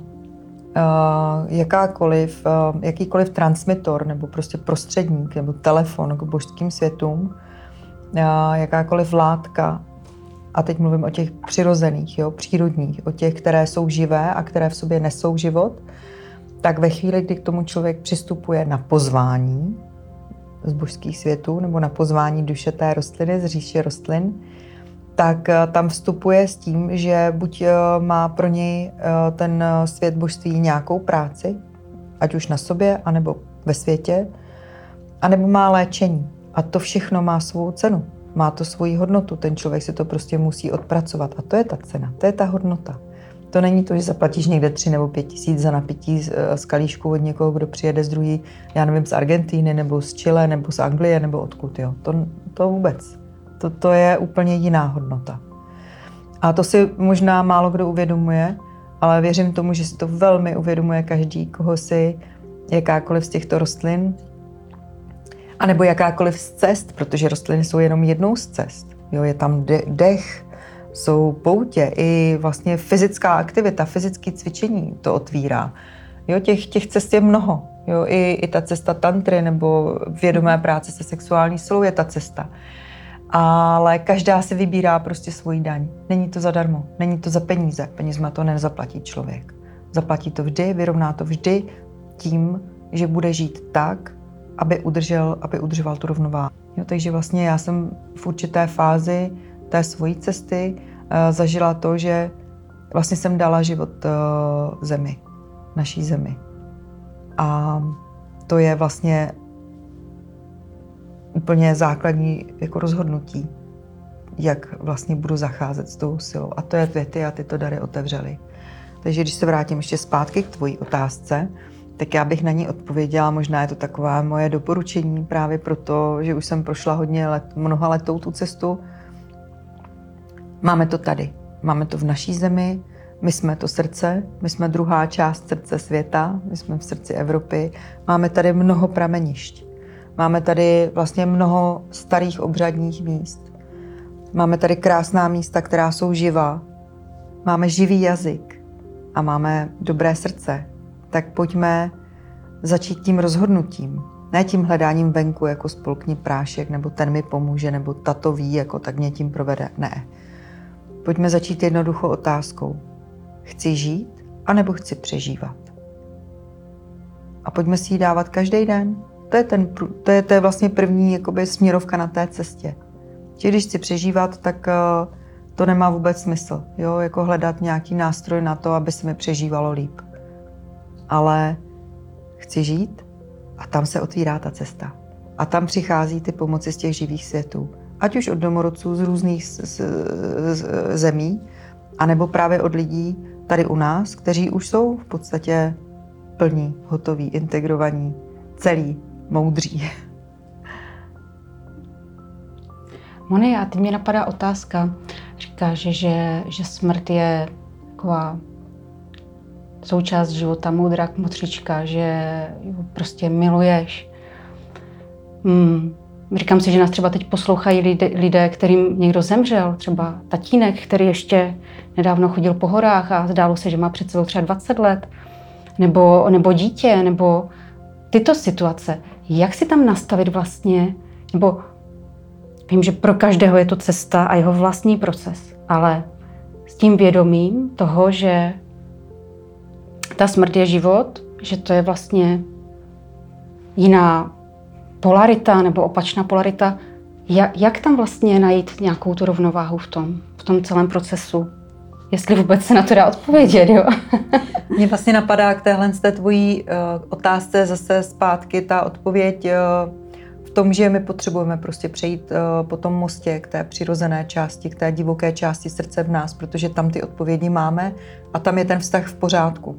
jakýkoliv transmitor nebo prostě prostředník nebo telefon k božským světům, jakákoliv látka, a teď mluvím o těch přirozených, jo, přírodních, o těch, které jsou živé a které v sobě nesou život, tak ve chvíli, kdy k tomu člověk přistupuje na pozvání z božských světů nebo na pozvání duše té rostliny, z říše rostlin, tak tam vstupuje s tím, že buď má pro něj ten svět božství nějakou práci, ať už na sobě, anebo ve světě, anebo má léčení. A to všechno má svou cenu. Má to svoji hodnotu. Ten člověk si to prostě musí odpracovat. A to je ta cena, to je ta hodnota. To není to, že zaplatíš někde 3 nebo 5 000 za napití z kalíšku od někoho, kdo přijede z druhý, já nevím, z Argentíny, nebo z Chile, nebo z Anglie, nebo odkud. Jo. To vůbec. To je úplně jiná hodnota. A to si možná málo kdo uvědomuje, ale věřím tomu, že si to velmi uvědomuje každý, koho si jakákoliv z těchto rostlin, anebo jakákoliv z cest, protože rostliny jsou jenom jednou z cest. Jo, je tam dech, jsou poutě, i vlastně fyzická aktivita, fyzické cvičení to otvírá. Jo, těch cest je mnoho. Jo, i ta cesta tantry nebo vědomé práce se sexuální silou je ta cesta. Ale každá si vybírá prostě svoji daň. Není to zadarmo, není to za peníze. Penězma to nezaplatí člověk. Zaplatí to vždy, vyrovná to vždy tím, že bude žít tak, aby udržoval tu rovnováhu. Jo, takže vlastně já jsem v určité fázi té svojí cesty zažila to, že vlastně jsem dala život zemi, naší zemi. A to je vlastně úplně základní jako rozhodnutí, jak vlastně budu zacházet s tou silou. A to je ty a tyto dary otevřely. Takže když se vrátím ještě zpátky k tvojí otázce, tak já bych na ní odpověděla, možná je to takové moje doporučení právě proto, že už jsem prošla mnoha letou tu cestu. Máme to tady, máme to v naší zemi, my jsme to srdce, my jsme druhá část srdce světa, my jsme v srdci Evropy, máme tady mnoho pramenišť. Máme tady vlastně mnoho starých obřadních míst. Máme tady krásná místa, která jsou živá. Máme živý jazyk a máme dobré srdce. Tak pojďme začít tím rozhodnutím. Ne tím hledáním venku, jako spolkni prášek, nebo ten mi pomůže, nebo tato ví, jako tak mě tím provede. Ne. Pojďme začít jednoduchou otázkou. Chci žít, anebo chci přežívat? A pojďme si ji dávat každý den. To je vlastně první jakoby směrovka na té cestě. Že když chci přežívat, tak to nemá vůbec smysl. Jo? Jako hledat nějaký nástroj na to, aby se mi přežívalo líp. Ale chci žít a tam se otvírá ta cesta. A tam přichází ty pomoci z těch živých světů. ať už od domorodců z různých zemí, anebo právě od lidí tady u nás, kteří už jsou v podstatě plní, hotoví, integrovaní, celí, moudří. Moni, a ty mě napadá otázka. Říkáš, že smrt je taková součást života, moudrá kmotřička, že ji prostě miluješ. Říkám si, že nás třeba teď poslouchají lidé, kterým někdo zemřel, třeba tatínek, který ještě nedávno chodil po horách a zdálo se, že má před sebou třeba 20 let, nebo dítě, nebo tyto situace. Jak si tam nastavit vlastně, nebo vím, že pro každého je to cesta a jeho vlastní proces, ale s tím vědomím toho, že ta smrt je život, že to je vlastně jiná polarita nebo opačná polarita. Jak tam vlastně najít nějakou tu rovnováhu v tom celém procesu? Jestli vůbec se na to dá odpovědět, jo? Mně vlastně napadá k téhle tvojí otázce zase zpátky ta odpověď v tom, že my potřebujeme prostě přejít po tom mostě k té přirozené části, k té divoké části srdce v nás, protože tam ty odpovědi máme a tam je ten vztah v pořádku.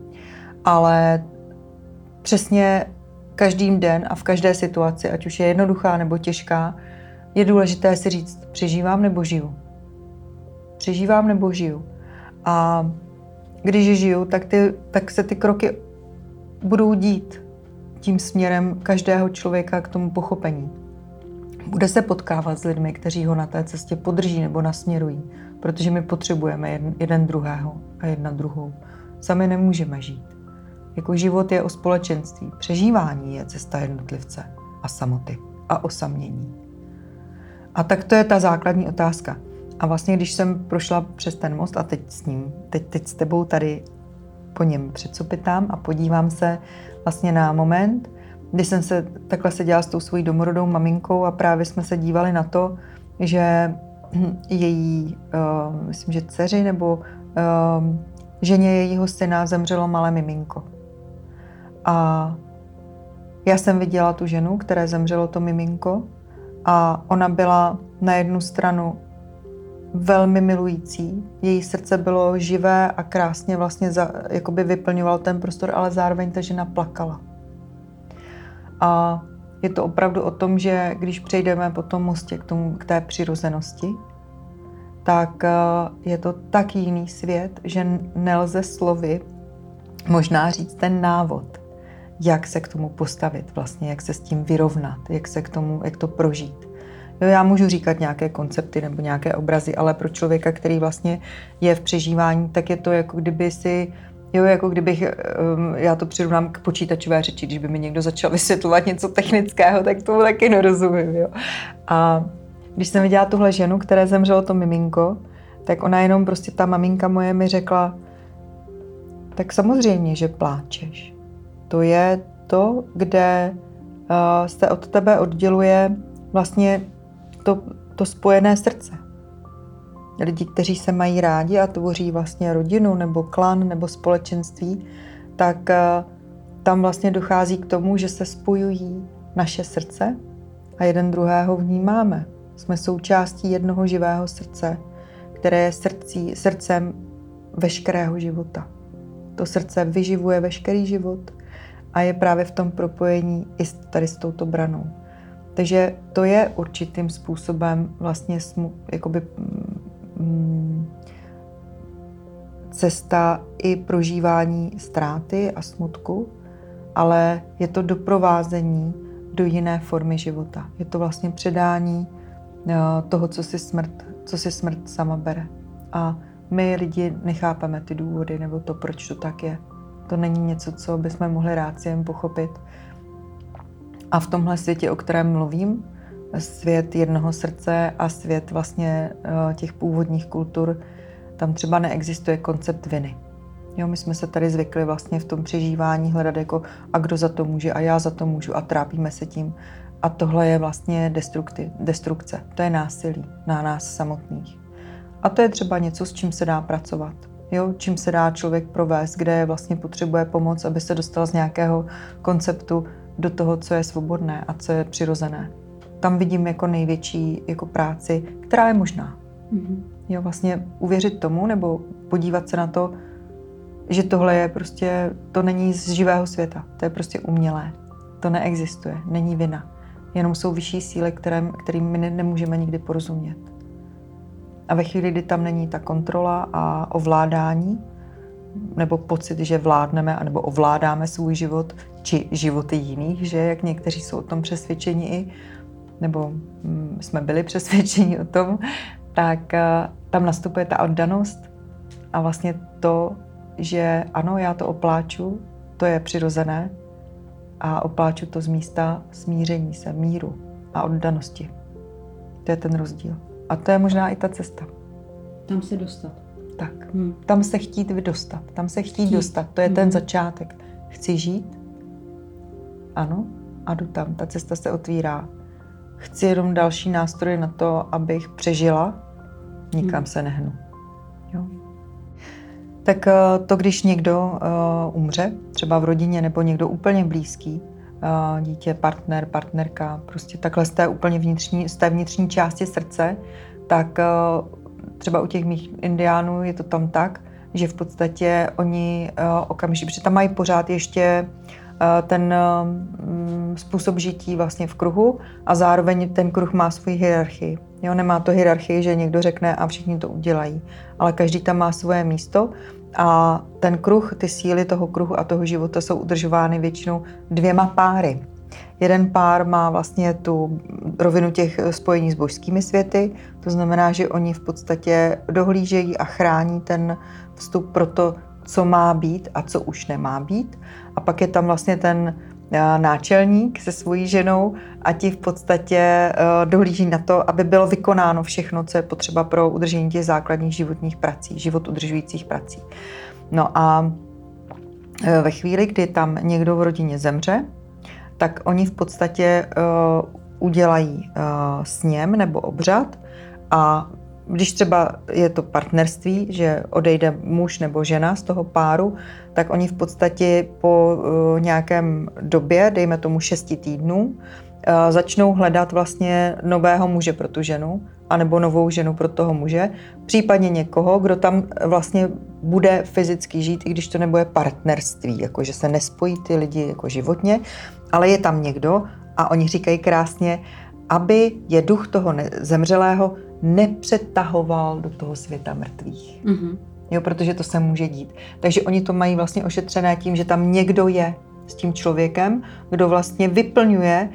Ale přesně každým den a v každé situaci, ať už je jednoduchá nebo těžká, je důležité si říct, přežívám nebo žiju. Přežívám nebo žiju. A když žiju, tak se ty kroky budou dít tím směrem každého člověka k tomu pochopení. Bude se potkávat s lidmi, kteří ho na té cestě podrží nebo nasměrují, protože my potřebujeme jeden druhého a jedna druhou. Sami nemůžeme žít. Jako život je o společenství. Přežívání je cesta jednotlivce a samoty a osamění. A tak to je ta základní otázka. A vlastně, když jsem prošla přes ten most a teď s tebou tady po něm předsopitám a podívám se vlastně na moment, kdy jsem se takhle seděla s tou svojí domorodou maminkou a právě jsme se dívali na to, že její, myslím, že dceři nebo ženě jejího syna zemřelo malé miminko. A já jsem viděla tu ženu, které zemřelo to miminko a ona byla na jednu stranu velmi milující. Její srdce bylo živé a krásně vlastně jakoby vyplňoval ten prostor, ale zároveň ta žena plakala. A je to opravdu o tom, že když přejdeme po tom mostě k té přirozenosti, tak je to tak jiný svět, že nelze slovy možná říct ten návod, jak se k tomu postavit, vlastně, jak se s tím vyrovnat, jak to prožít. Jo, já můžu říkat nějaké koncepty nebo nějaké obrazy, ale pro člověka, který vlastně je v přežívání, tak je to jako kdybych, já to přirovnám k počítačové řeči, když by mi někdo začal vysvětlovat něco technického, tak tomu taky nerozumím. Jo. A když jsem viděla tuhle ženu, které zemřelo to miminko, tak ona jenom prostě ta maminka moje mi řekla, tak samozřejmě, že pláčeš. To je to, kde se od tebe odděluje vlastně to spojené srdce. Lidi, kteří se mají rádi a tvoří vlastně rodinu nebo klan nebo společenství, tak tam vlastně dochází k tomu, že se spojují naše srdce a jeden druhého vnímáme. Jsme součástí jednoho živého srdce, které je srdcem veškerého života. To srdce vyživuje veškerý život a je právě v tom propojení i tady s touto branou. Takže to je určitým způsobem vlastně cesta i prožívání ztráty a smutku, ale je to doprovázení do jiné formy života. Je to vlastně předání toho, co si smrt sama bere. A my lidi nechápeme ty důvody nebo to, proč to tak je. To není něco, co bychom mohli ráciem pochopit. A v tomhle světě, o kterém mluvím, svět jednoho srdce a svět vlastně těch původních kultur, tam třeba neexistuje koncept viny. Jo, my jsme se tady zvykli vlastně v tom přežívání hledat jako a kdo za to může a já za to můžu a trápíme se tím. A tohle je vlastně destrukce. To je násilí na nás samotných. A to je třeba něco, s čím se dá pracovat. Jo, čím se dá člověk provést, kde vlastně potřebuje pomoc, aby se dostal z nějakého konceptu do toho, co je svobodné a co je přirozené. tam vidím jako největší jako práci, která je možná. Jo, vlastně uvěřit tomu nebo podívat se na to, že tohle je prostě, to není z živého světa, to je prostě umělé. To neexistuje, není vina. Jenom jsou vyšší síly, kterým my nemůžeme nikdy porozumět. A ve chvíli, kdy tam není ta kontrola a ovládání, nebo pocit, že vládneme, anebo ovládáme svůj život, či životy jiných, že jak někteří jsou o tom přesvědčeni i, nebo jsme byli přesvědčeni o tom, tak tam nastupuje ta oddanost a vlastně to, že ano, já to opláču, to je přirozené a opláču to z místa smíření se, míru a oddanosti. To je ten rozdíl. A to je možná i ta cesta. Tam se dostat. Tak. Tam se chtít vydostat. Tam se chtít dostat. To je ten začátek. Chci žít? Ano. A jdu tam. Ta cesta se otvírá. Chci jenom další nástroje na to, abych přežila? Nikam se nehnu. Jo? Tak to, když někdo umře, třeba v rodině nebo někdo úplně blízký, dítě, partner, partnerka, prostě takhle z té vnitřní části srdce, tak třeba u těch mých indiánů je to tam tak, že v podstatě oni okamžitě, protože tam mají pořád ještě ten způsob žití vlastně v kruhu a zároveň ten kruh má svoji hierarchii. Jo, nemá to hierarchii, že někdo řekne a všichni to udělají, ale každý tam má svoje místo a ten kruh, ty síly toho kruhu a toho života jsou udržovány většinou 2 páry. Jeden pár má vlastně tu rovinu těch spojení s božskými světy, to znamená, že oni v podstatě dohlížejí a chrání ten vstup pro to, co má být a co už nemá být. A pak je tam vlastně ten náčelník se svojí ženou a ti v podstatě dohlíží na to, aby bylo vykonáno všechno, co je potřeba pro udržení těch základních životních prací, život udržujících prací. No a ve chvíli, kdy tam někdo v rodině zemře, tak oni v podstatě udělají sněm nebo obřad a když třeba je to partnerství, že odejde muž nebo žena z toho páru, tak oni v podstatě po nějakém době, dejme tomu 6 týdnů, začnou hledat vlastně nového muže pro tu ženu, anebo novou ženu pro toho muže, případně někoho, kdo tam vlastně bude fyzicky žít, i když to nebude partnerství, jakože se nespojí ty lidi jako životně, ale je tam někdo a oni říkají krásně, aby je duch toho zemřelého nepřetahoval do toho světa mrtvých. Jo, protože to se může dít. Takže oni to mají vlastně ošetřené tím, že tam někdo je s tím člověkem, kdo vlastně vyplňuje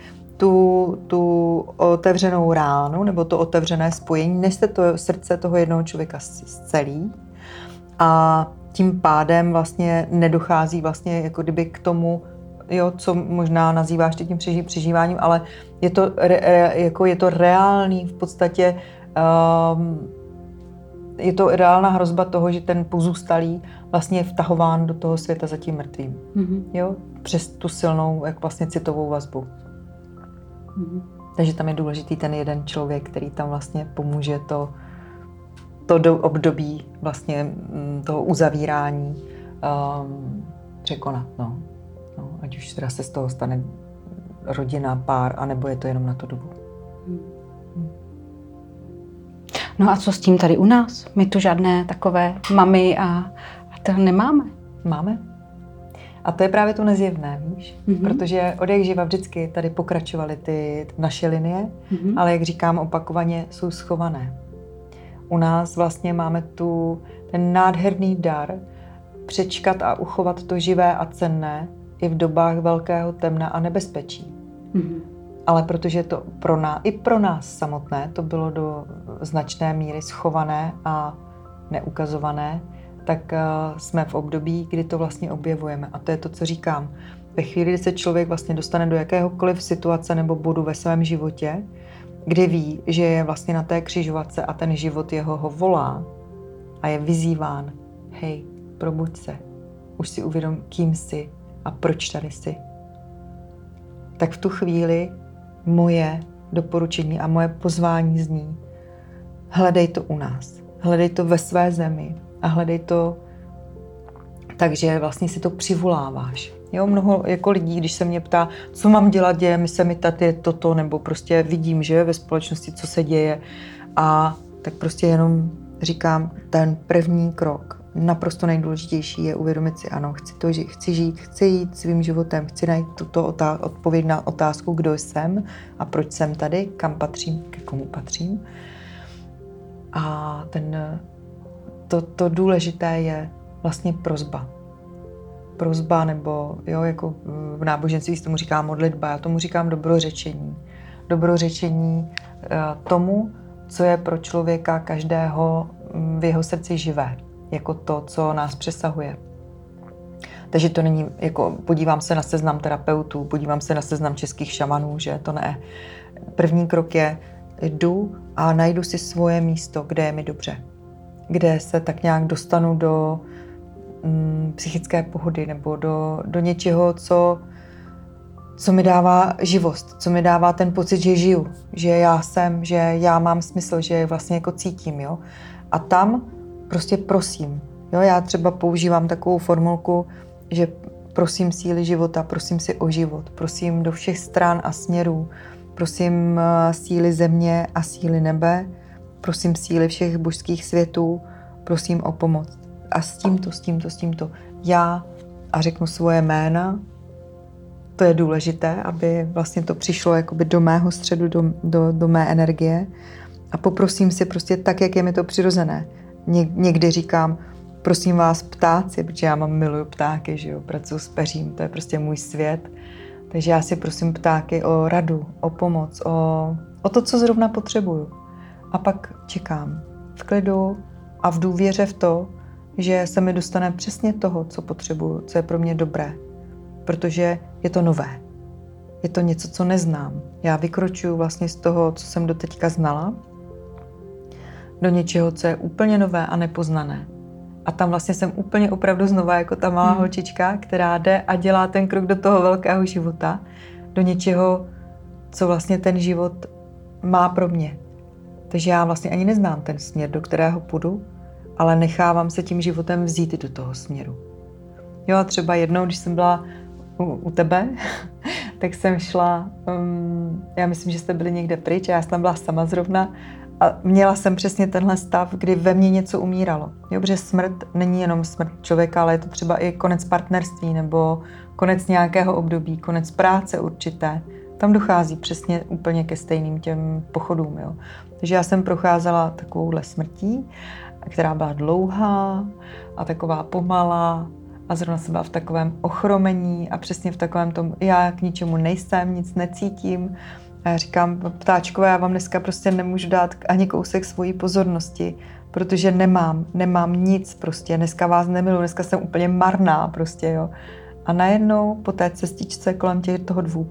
tu otevřenou ránu nebo to otevřené spojení, než se to srdce toho jednoho člověka zcelí. A tím pádem vlastně nedochází vlastně jako kdyby k tomu, jo, co možná nazýváš tím přežíváním, ale je to reálný v podstatě, je to reálná hrozba toho, že ten pozůstalý vlastně je vtahován do toho světa za tím mrtvým. Jo? Přes tu silnou jak vlastně citovou vazbu. Takže tam je důležitý ten jeden člověk, který tam vlastně pomůže to období vlastně toho uzavírání překonat. No. Ať už teda se z toho stane rodina, pár, anebo je to jenom na tu dobu. No a co s tím tady u nás? My tu žádné takové mamy a to nemáme. Máme. A to je právě to nezjevné, víš? Protože od jak živa vždycky tady pokračovaly ty naše linie, ale jak říkám opakovaně, jsou schované. U nás vlastně máme ten nádherný dar přečkat a uchovat to živé a cenné i v dobách velkého temna a nebezpečí. Ale protože to i pro nás samotné to bylo do značné míry schované a neukazované, tak jsme v období, kdy to vlastně objevujeme. A to je to, co říkám. Ve chvíli, kdy se člověk vlastně dostane do jakéhokoliv situace nebo bodu ve svém životě, kdy ví, že je vlastně na té křižovatce a ten život ho volá a je vyzýván. Hej, probuď se. Už si uvědom, kým jsi a proč tady jsi. Tak v tu chvíli moje doporučení a moje pozvání zní: hledej to u nás. Hledej to ve své zemi a hledej to Takže vlastně si to přivoláváš. Jo, mnoho jako lidí, když se mě ptá, co mám dělat, děje mi se mi tady toto, nebo prostě vidím, že ve společnosti, co se děje. A tak prostě jenom říkám, ten první krok, naprosto nejdůležitější je uvědomit si, ano, chci žít, chci jít svým životem, chci najít tuto odpověď na otázku, kdo jsem a proč jsem tady, kam patřím, ke komu patřím. A to důležité je vlastně prosba. Prosba nebo, jo, jako v náboženství se tomu říká modlitba, já tomu říkám dobrořečení. Dobrořečení tomu, co je pro člověka každého v jeho srdci živé, jako to, co nás přesahuje. Takže to není, jako podívám se na seznam terapeutů, podívám se na seznam českých šamanů, že to ne. První krok je, jdu a najdu si svoje místo, kde je mi dobře. Kde se tak nějak dostanu do psychické pohody nebo do něčeho, co mi dává živost, co mi dává ten pocit, že žiju, že já jsem, že já mám smysl, že vlastně jako cítím. Jo? A tam prostě prosím. Jo? Já třeba používám takovou formulku, že prosím síly života, prosím si o život, prosím do všech stran a směrů, prosím síly země a síly nebe, prosím síly všech božských světů, prosím o pomoc. A s tímto. Já a řeknu svoje jména, to je důležité, aby vlastně to přišlo jakoby do mého středu, do mé energie a poprosím si prostě tak, jak je mi to přirozené. Někdy říkám, prosím vás ptáci, protože já miluju ptáky, že jo, pracuji s peřím, to je prostě můj svět. Takže já si prosím ptáky o radu, o pomoc, o to, co zrovna potřebuju. A pak čekám v klidu a v důvěře v to, že se mi dostane přesně toho, co potřebuju, co je pro mě dobré. Protože je to nové. Je to něco, co neznám. Já vykročuju vlastně z toho, co jsem doteďka znala, do něčeho, co je úplně nové a nepoznané. A tam vlastně jsem úplně opravdu znova jako ta malá holčička, která jde a dělá ten krok do toho velkého života, do něčeho, co vlastně ten život má pro mě. Takže já vlastně ani neznám ten směr, do kterého půjdu, ale nechávám se tím životem vzít do toho směru. Jo a třeba jednou, když jsem byla u tebe, tak jsem šla, já myslím, že jste byli někde pryč a já jsem tam byla sama zrovna a měla jsem přesně tenhle stav, kdy ve mně něco umíralo. Jo, protože smrt není jenom smrt člověka, ale je to třeba i konec partnerství nebo konec nějakého období, konec práce určité. Tam dochází přesně úplně ke stejným těm pochodům. Jo. Takže já jsem procházela takovouhle smrtí, která byla dlouhá a taková pomalá a zrovna jsem byla v takovém ochromení a přesně v takovém tom, já k ničemu nejsem, nic necítím. A já říkám, ptáčkové, já vám dneska prostě nemůžu dát ani kousek svojí pozornosti, protože nemám nic prostě, dneska vás nemiluji, dneska jsem úplně marná prostě, jo. A najednou po té cestičce kolem toho 2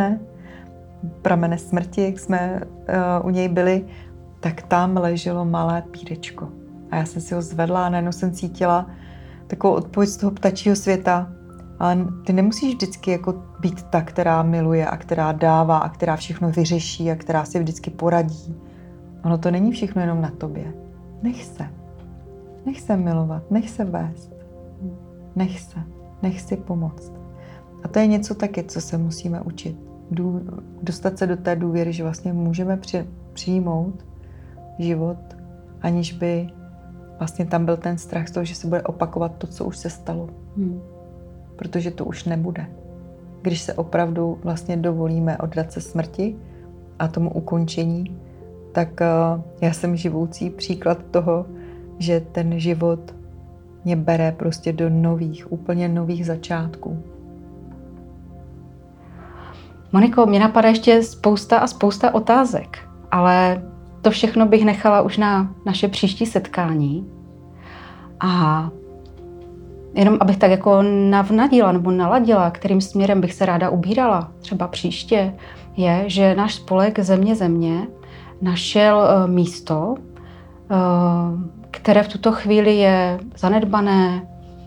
pramene smrti, jak jsme u něj byli, tak tam leželo malé pírečko. A já jsem si ho zvedla a najednou jsem cítila takovou odpověď z toho ptačího světa. Ale ty nemusíš vždycky jako být ta, která miluje a která dává a která všechno vyřeší a která si vždycky poradí. Ono to není všechno jenom na tobě. Nech se milovat, nech se vést. Nech si pomoct. A to je něco taky, co se musíme učit. Dostat se do té důvěry, že vlastně můžeme přijmout život, aniž by vlastně tam byl ten strach z toho, že se bude opakovat to, co už se stalo. Protože to už nebude. Když se opravdu vlastně dovolíme oddat se smrti a tomu ukončení, tak já jsem živoucí příklad toho, že ten život mě bere prostě do úplně nových začátků. Moniko, mě napadá ještě spousta otázek, ale to všechno bych nechala už na naše příští setkání. A jenom abych tak jako navnadila nebo naladila, kterým směrem bych se ráda ubírala, třeba příště, je, že náš spolek Země našel místo, které v tuto chvíli je zanedbané,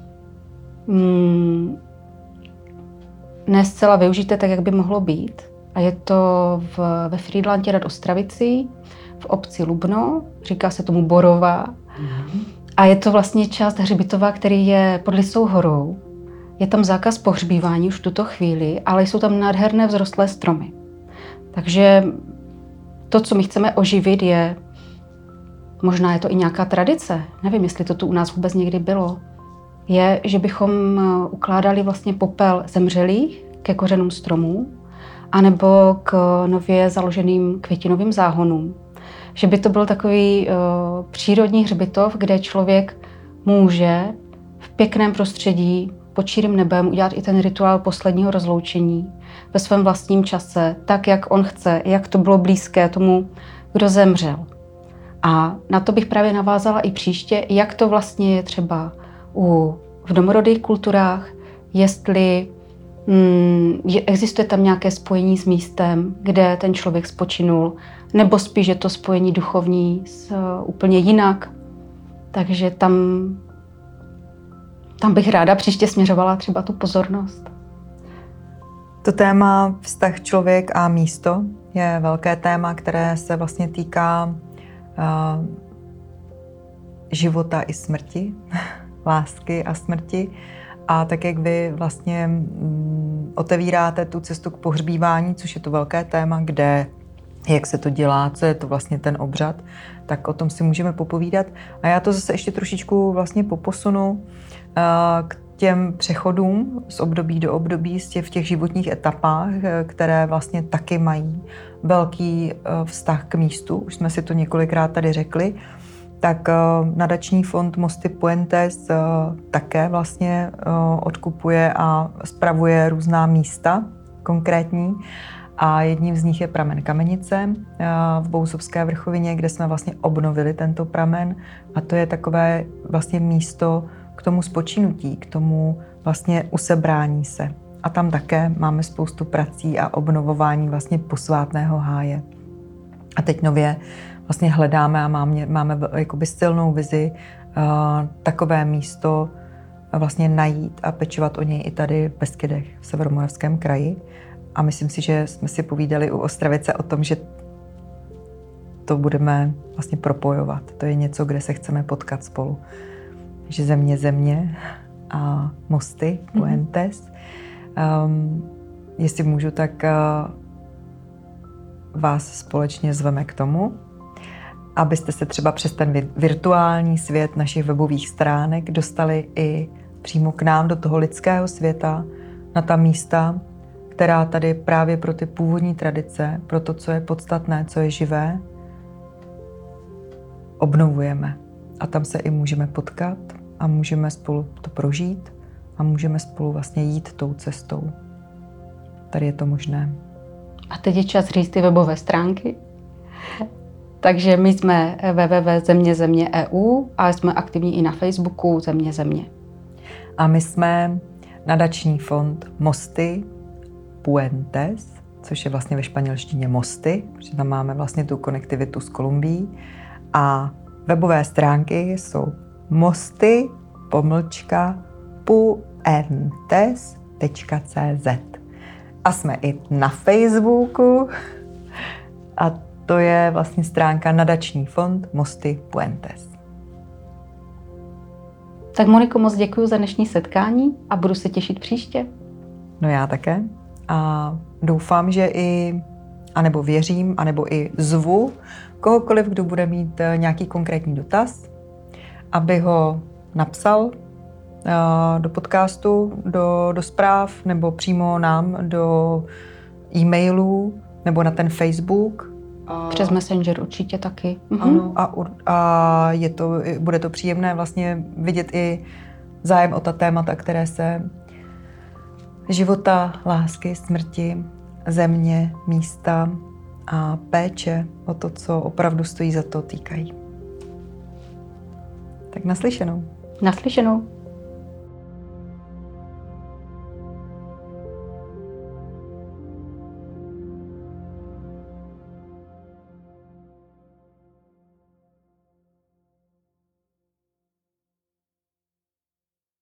ne zcela využité tak, jak by mohlo být. A je to ve Frýdlantě nad Ostravicí, v obci Lubno, říká se tomu Borova. A je to vlastně část hřbitova, který je pod Lysou horou. Je tam zákaz pohřbívání už v tuto chvíli, ale jsou tam nádherné vzrostlé stromy. Takže to, co my chceme oživit, je, možná je to i nějaká tradice, nevím, jestli to tu u nás vůbec někdy bylo, je, že bychom ukládali vlastně popel zemřelých ke kořenům stromů, anebo k nově založeným květinovým záhonům. Že by to byl takový přírodní hřbitov, kde člověk může v pěkném prostředí pod širým nebem udělat i ten rituál posledního rozloučení ve svém vlastním čase, tak, jak on chce, jak to bylo blízké tomu, kdo zemřel. A na to bych právě navázala i příště, jak to vlastně je třeba v domorodých kulturách, jestli existuje tam nějaké spojení s místem, kde ten člověk spočinul, nebo spíš je to spojení duchovní úplně jinak. Takže tam bych ráda příště směřovala třeba tu pozornost. To téma vztah člověk a místo je velké téma, které se vlastně týká života i smrti, lásky a smrti. A tak, jak vy vlastně otevíráte tu cestu k pohřbívání, což je to velké téma, kde, jak se to dělá, co je to vlastně ten obřad, tak o tom si můžeme popovídat. A já to zase ještě trošičku vlastně poposunu k těm přechodům z období do období, v těch životních etapách, které vlastně taky mají velký vztah k místu. Už jsme si to několikrát tady řekli. Tak nadační fond Mosty Puentes také vlastně odkupuje a spravuje různá místa konkrétní. A jedním z nich je pramen Kamenice v Bousovské vrchovině, kde jsme vlastně obnovili tento pramen. A to je takové vlastně místo k tomu spočinutí, k tomu vlastně usebrání se. A tam také máme spoustu prací a obnovování vlastně posvátného háje. A teď nově vlastně hledáme a máme jakoby silnou vizi takové místo vlastně najít a pečovat o něj i tady v Beskydech, v Severomoravském kraji. A myslím si, že jsme si povídali u Ostravice o tom, že to budeme vlastně propojovat. To je něco, kde se chceme potkat spolu. Že země a Mosty Puentes. Jestli můžu, tak vás společně zveme k tomu, abyste se třeba přes ten virtuální svět našich webových stránek dostali i přímo k nám do toho lidského světa, na ta místa, která tady právě pro ty původní tradice, pro to, co je podstatné, co je živé, obnovujeme. A tam se i můžeme potkat a můžeme spolu to prožít a můžeme spolu vlastně jít tou cestou. Tady je to možné. A teď je čas říct ty webové stránky. Takže my jsme www.zemně.eu a jsme aktivní i na Facebooku Země. A my jsme nadační fond Mosty Puentes, což je vlastně ve španělštině mosty, protože tam máme vlastně tu konektivitu s Kolumbií. A webové stránky jsou mosty-puentes.cz. A jsme i na Facebooku a to je vlastně stránka nadační fond Mosty Puentes. Tak Moniko, moc děkuji za dnešní setkání a budu se těšit příště. No já také. A doufám, že anebo věřím, anebo i zvu kohokoliv, kdo bude mít nějaký konkrétní dotaz, aby ho napsal do podcastu, do zpráv, nebo přímo nám do e-mailů, nebo na ten Facebook. Přes Messenger určitě taky. Ano, a bude to příjemné vlastně vidět i zájem o ta témata, které se života, lásky, smrti, země, místa a péče o to, co opravdu stojí za to, týkají. Tak naslyšenou. Naslyšenou.